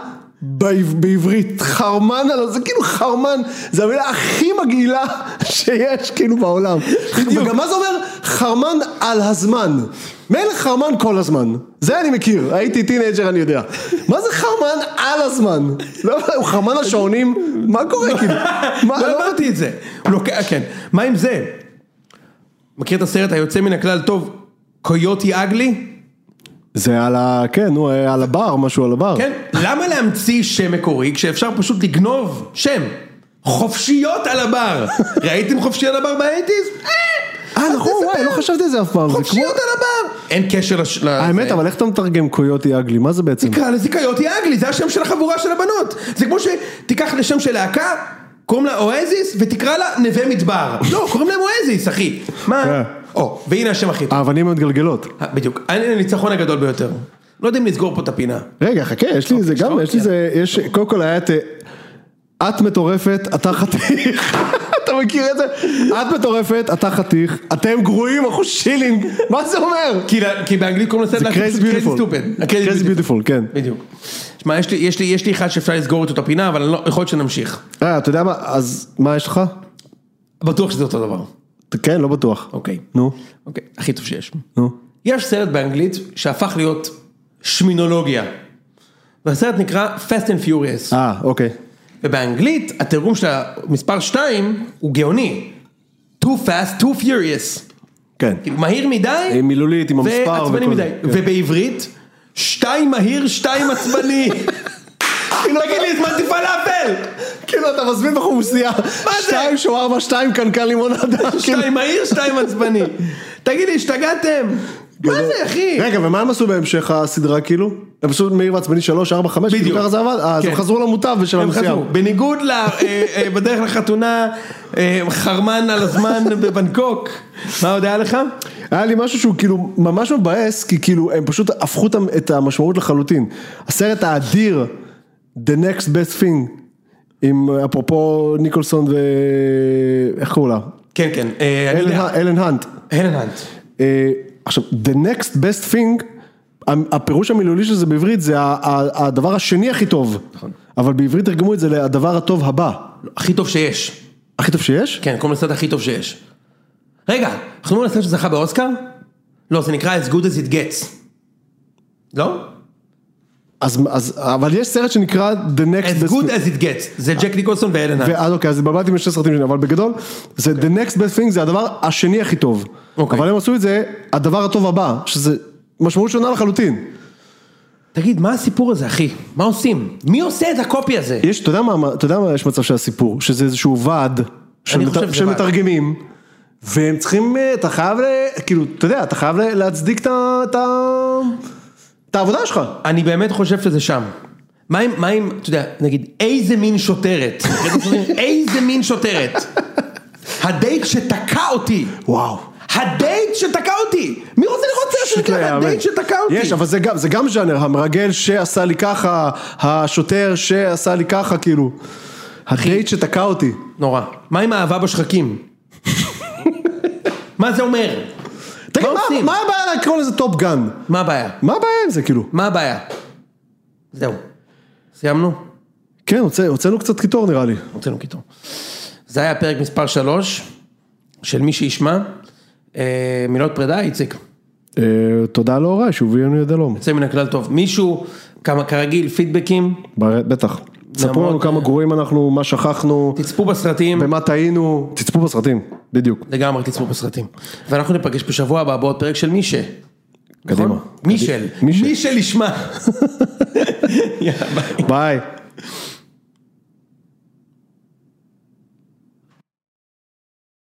בעברית, חרמן על זה, כאילו חרמן, זה המילה הכי מגעילה שיש כאילו בעולם. וגם מה זה אומר? חרמן על הזמן. מלך חרמן כל הזמן. זה אני מכיר, הייתי טינג'ר, אני יודע. מה זה חרמן על הזמן? לא, הוא חרמן על שעונים? מה קורה כאילו? לא הבנתי את זה. כן, מה עם זה? מכיר את הסרט היוצא מן הכלל טוב, קויוטי אגלי? זה על ה... כן, נו, על הבר, משהו על הבר. כן, למה להמציא שם מקורי כשאפשר פשוט לגנוב שם? חופשיות על הבר. ראיתם חופשיות על הבר באייטיז? אה, נכון, וואי, לא חשבתי על זה אף פעם. חופשיות על הבר. אין קשר לזה. האמת, אבל איך אתה מתרגם קויוטי אגלי? מה זה בעצם? תקרא לזה קויוטי אגלי, זה השם של החבורה של הבנות. זה כמו שתיקח לשם של להקה, קוראים לה אואזיס, ותקרא לה נווה מדבר. לא, קוראים להם אואזיס, אחי. מה? או, והנה השם הכי טוב. האבנים מתגלגלות. בדיוק, אני הניצחון הגדול ביותר. לא יודע אם נסגור פה את הפינה. רגע, חכה, יש לי זה גם, יש לי זה, יש, קודם כל היה את, את מטורפת, אתה חתיך. אתה מכיר את זה? את מטורפת, אתה חתיך, אתם גרועים, אחו שילינג. מה זה אומר? כי באנגלית קוראים לסרט Crazy Beautiful. Crazy Beautiful, כן. בדיוק. שמע, יש לי אחד שאפשר לסגור את אותו פינה, אבל יכול להיות שנמשיך. אה, אתה יודע מה, אז מה יש לך? בטוח שזה אותו דבר. כן, לא בטוח. אוקיי. נו. אוקיי, הכי טוב שיש. נו. יש סרט באנגלית שהפך להיות שמינולוגיה. והסרט נקרא Fast and Furious. אה, אוקיי. ובאנגלית, התרגום של המספר שתיים הוא גאוני. Too fast, too furious. כן. מהיר מדי. מילולית עם המספר. ועצבני מדי. ובעברית, שתיים מהיר, שתיים עצבני. תגיד לי, הזמנתי פלאפל. כאילו אתה מזמין בחומוסייה. מה זה? שתיים שווארמה, שתיים קנקן לימונדה. שתיים מהיר, שתיים עצבני. תגיד לי, השתגעתם? מה זה, אחי? רגע, ומה הם עשו בהמשך הסדרה כאילו? הם עשו מהיר ועצבני שלוש, ארבע, חמש, בדיוק. אז הם חזרו למוטב בשלב מסוים. בניגוד בדרך לחתונה, חרמן על הזמן בבנקוק. מה עוד היה לך? היה לי משהו שהוא כאילו ממש מבאס, כי כאילו הם פשוט הפכו את המשמעות לחלוטין. הסרט האדיר, The Next Best Thing, עם אפרופו ניקולסון ו... איך קראו לה? כן, כן. אלן האנט. אלן האנט. עכשיו, The Next Best Thing, הפירוש המילולי של זה בעברית, זה הדבר השני הכי טוב. נכון. אבל בעברית תרגמו את זה לדבר הטוב הבא. הכי טוב שיש. הכי טוב שיש? כן, קוראים לסרט הכי טוב שיש. רגע, אנחנו אומרים לסרט שזכה באוסקר? לא, זה נקרא As Good As It Gets. לא? אז, אז, אבל יש סרט שנקרא The Next As Good As It Gets, זה ג'ק ניקולסון ואלן האנט. אז אוקיי, אז בבלתי משתי סרטים שני, אבל בגדול, זה The Next Best Thing, זה הדבר השני הכי טוב. אבל הם עשו את זה, הדבר הטוב הבא, שזה משמעות שונה לחלוטין. תגיד, מה הסיפור הזה, אחי? מה עושים? מי עושה את הקופי הזה? יש, אתה יודע מה, אתה יודע מה יש מצב של הסיפור, שזה איזשהו ועד, של מתרגמים, והם צריכים, אתה חייב, כאילו, אתה יודע, אתה חייב להצדיק את ה... את העבודה שלך. אני באמת חושב שזה שם. מה אם, מה אם, אתה יודע, נגיד, איזה מין שוטרת? איזה מין שוטרת? הדייט שתקע אותי. וואו. הדייט שתקע אותי. מי רוצה לראות סרט שנקרא הדייט שתקע אותי? יש, אבל זה גם, זה גם ז'אנר, המרגל שעשה לי ככה, השוטר שעשה לי ככה, כאילו. הדייט שתקע אותי. נורא. מה עם האהבה בשחקים? מה זה אומר? תגיד, מה הבעיה לקרוא לזה טופ גן? מה הבעיה? מה הבעיה עם זה כאילו? מה הבעיה? זהו. סיימנו? כן, הוצאנו קצת קיטור נראה לי. הוצאנו קיטור. זה היה פרק מספר שלוש, של מי שישמע. מילות פרידה, איציק. תודה להוריי, שובי לנו ידלום. יוצא מן הכלל טוב. מישהו, כמה כרגיל, פידבקים? בטח. ספרו לנו כמה גרועים אנחנו, מה שכחנו. תצפו בסרטים. במה טעינו. תצפו בסרטים, בדיוק. לגמרי תצפו בסרטים. ואנחנו ניפגש בשבוע הבא בעוד פרק של מישה. קדימה. מישל. מישל ישמע. יאללה, ביי. ביי.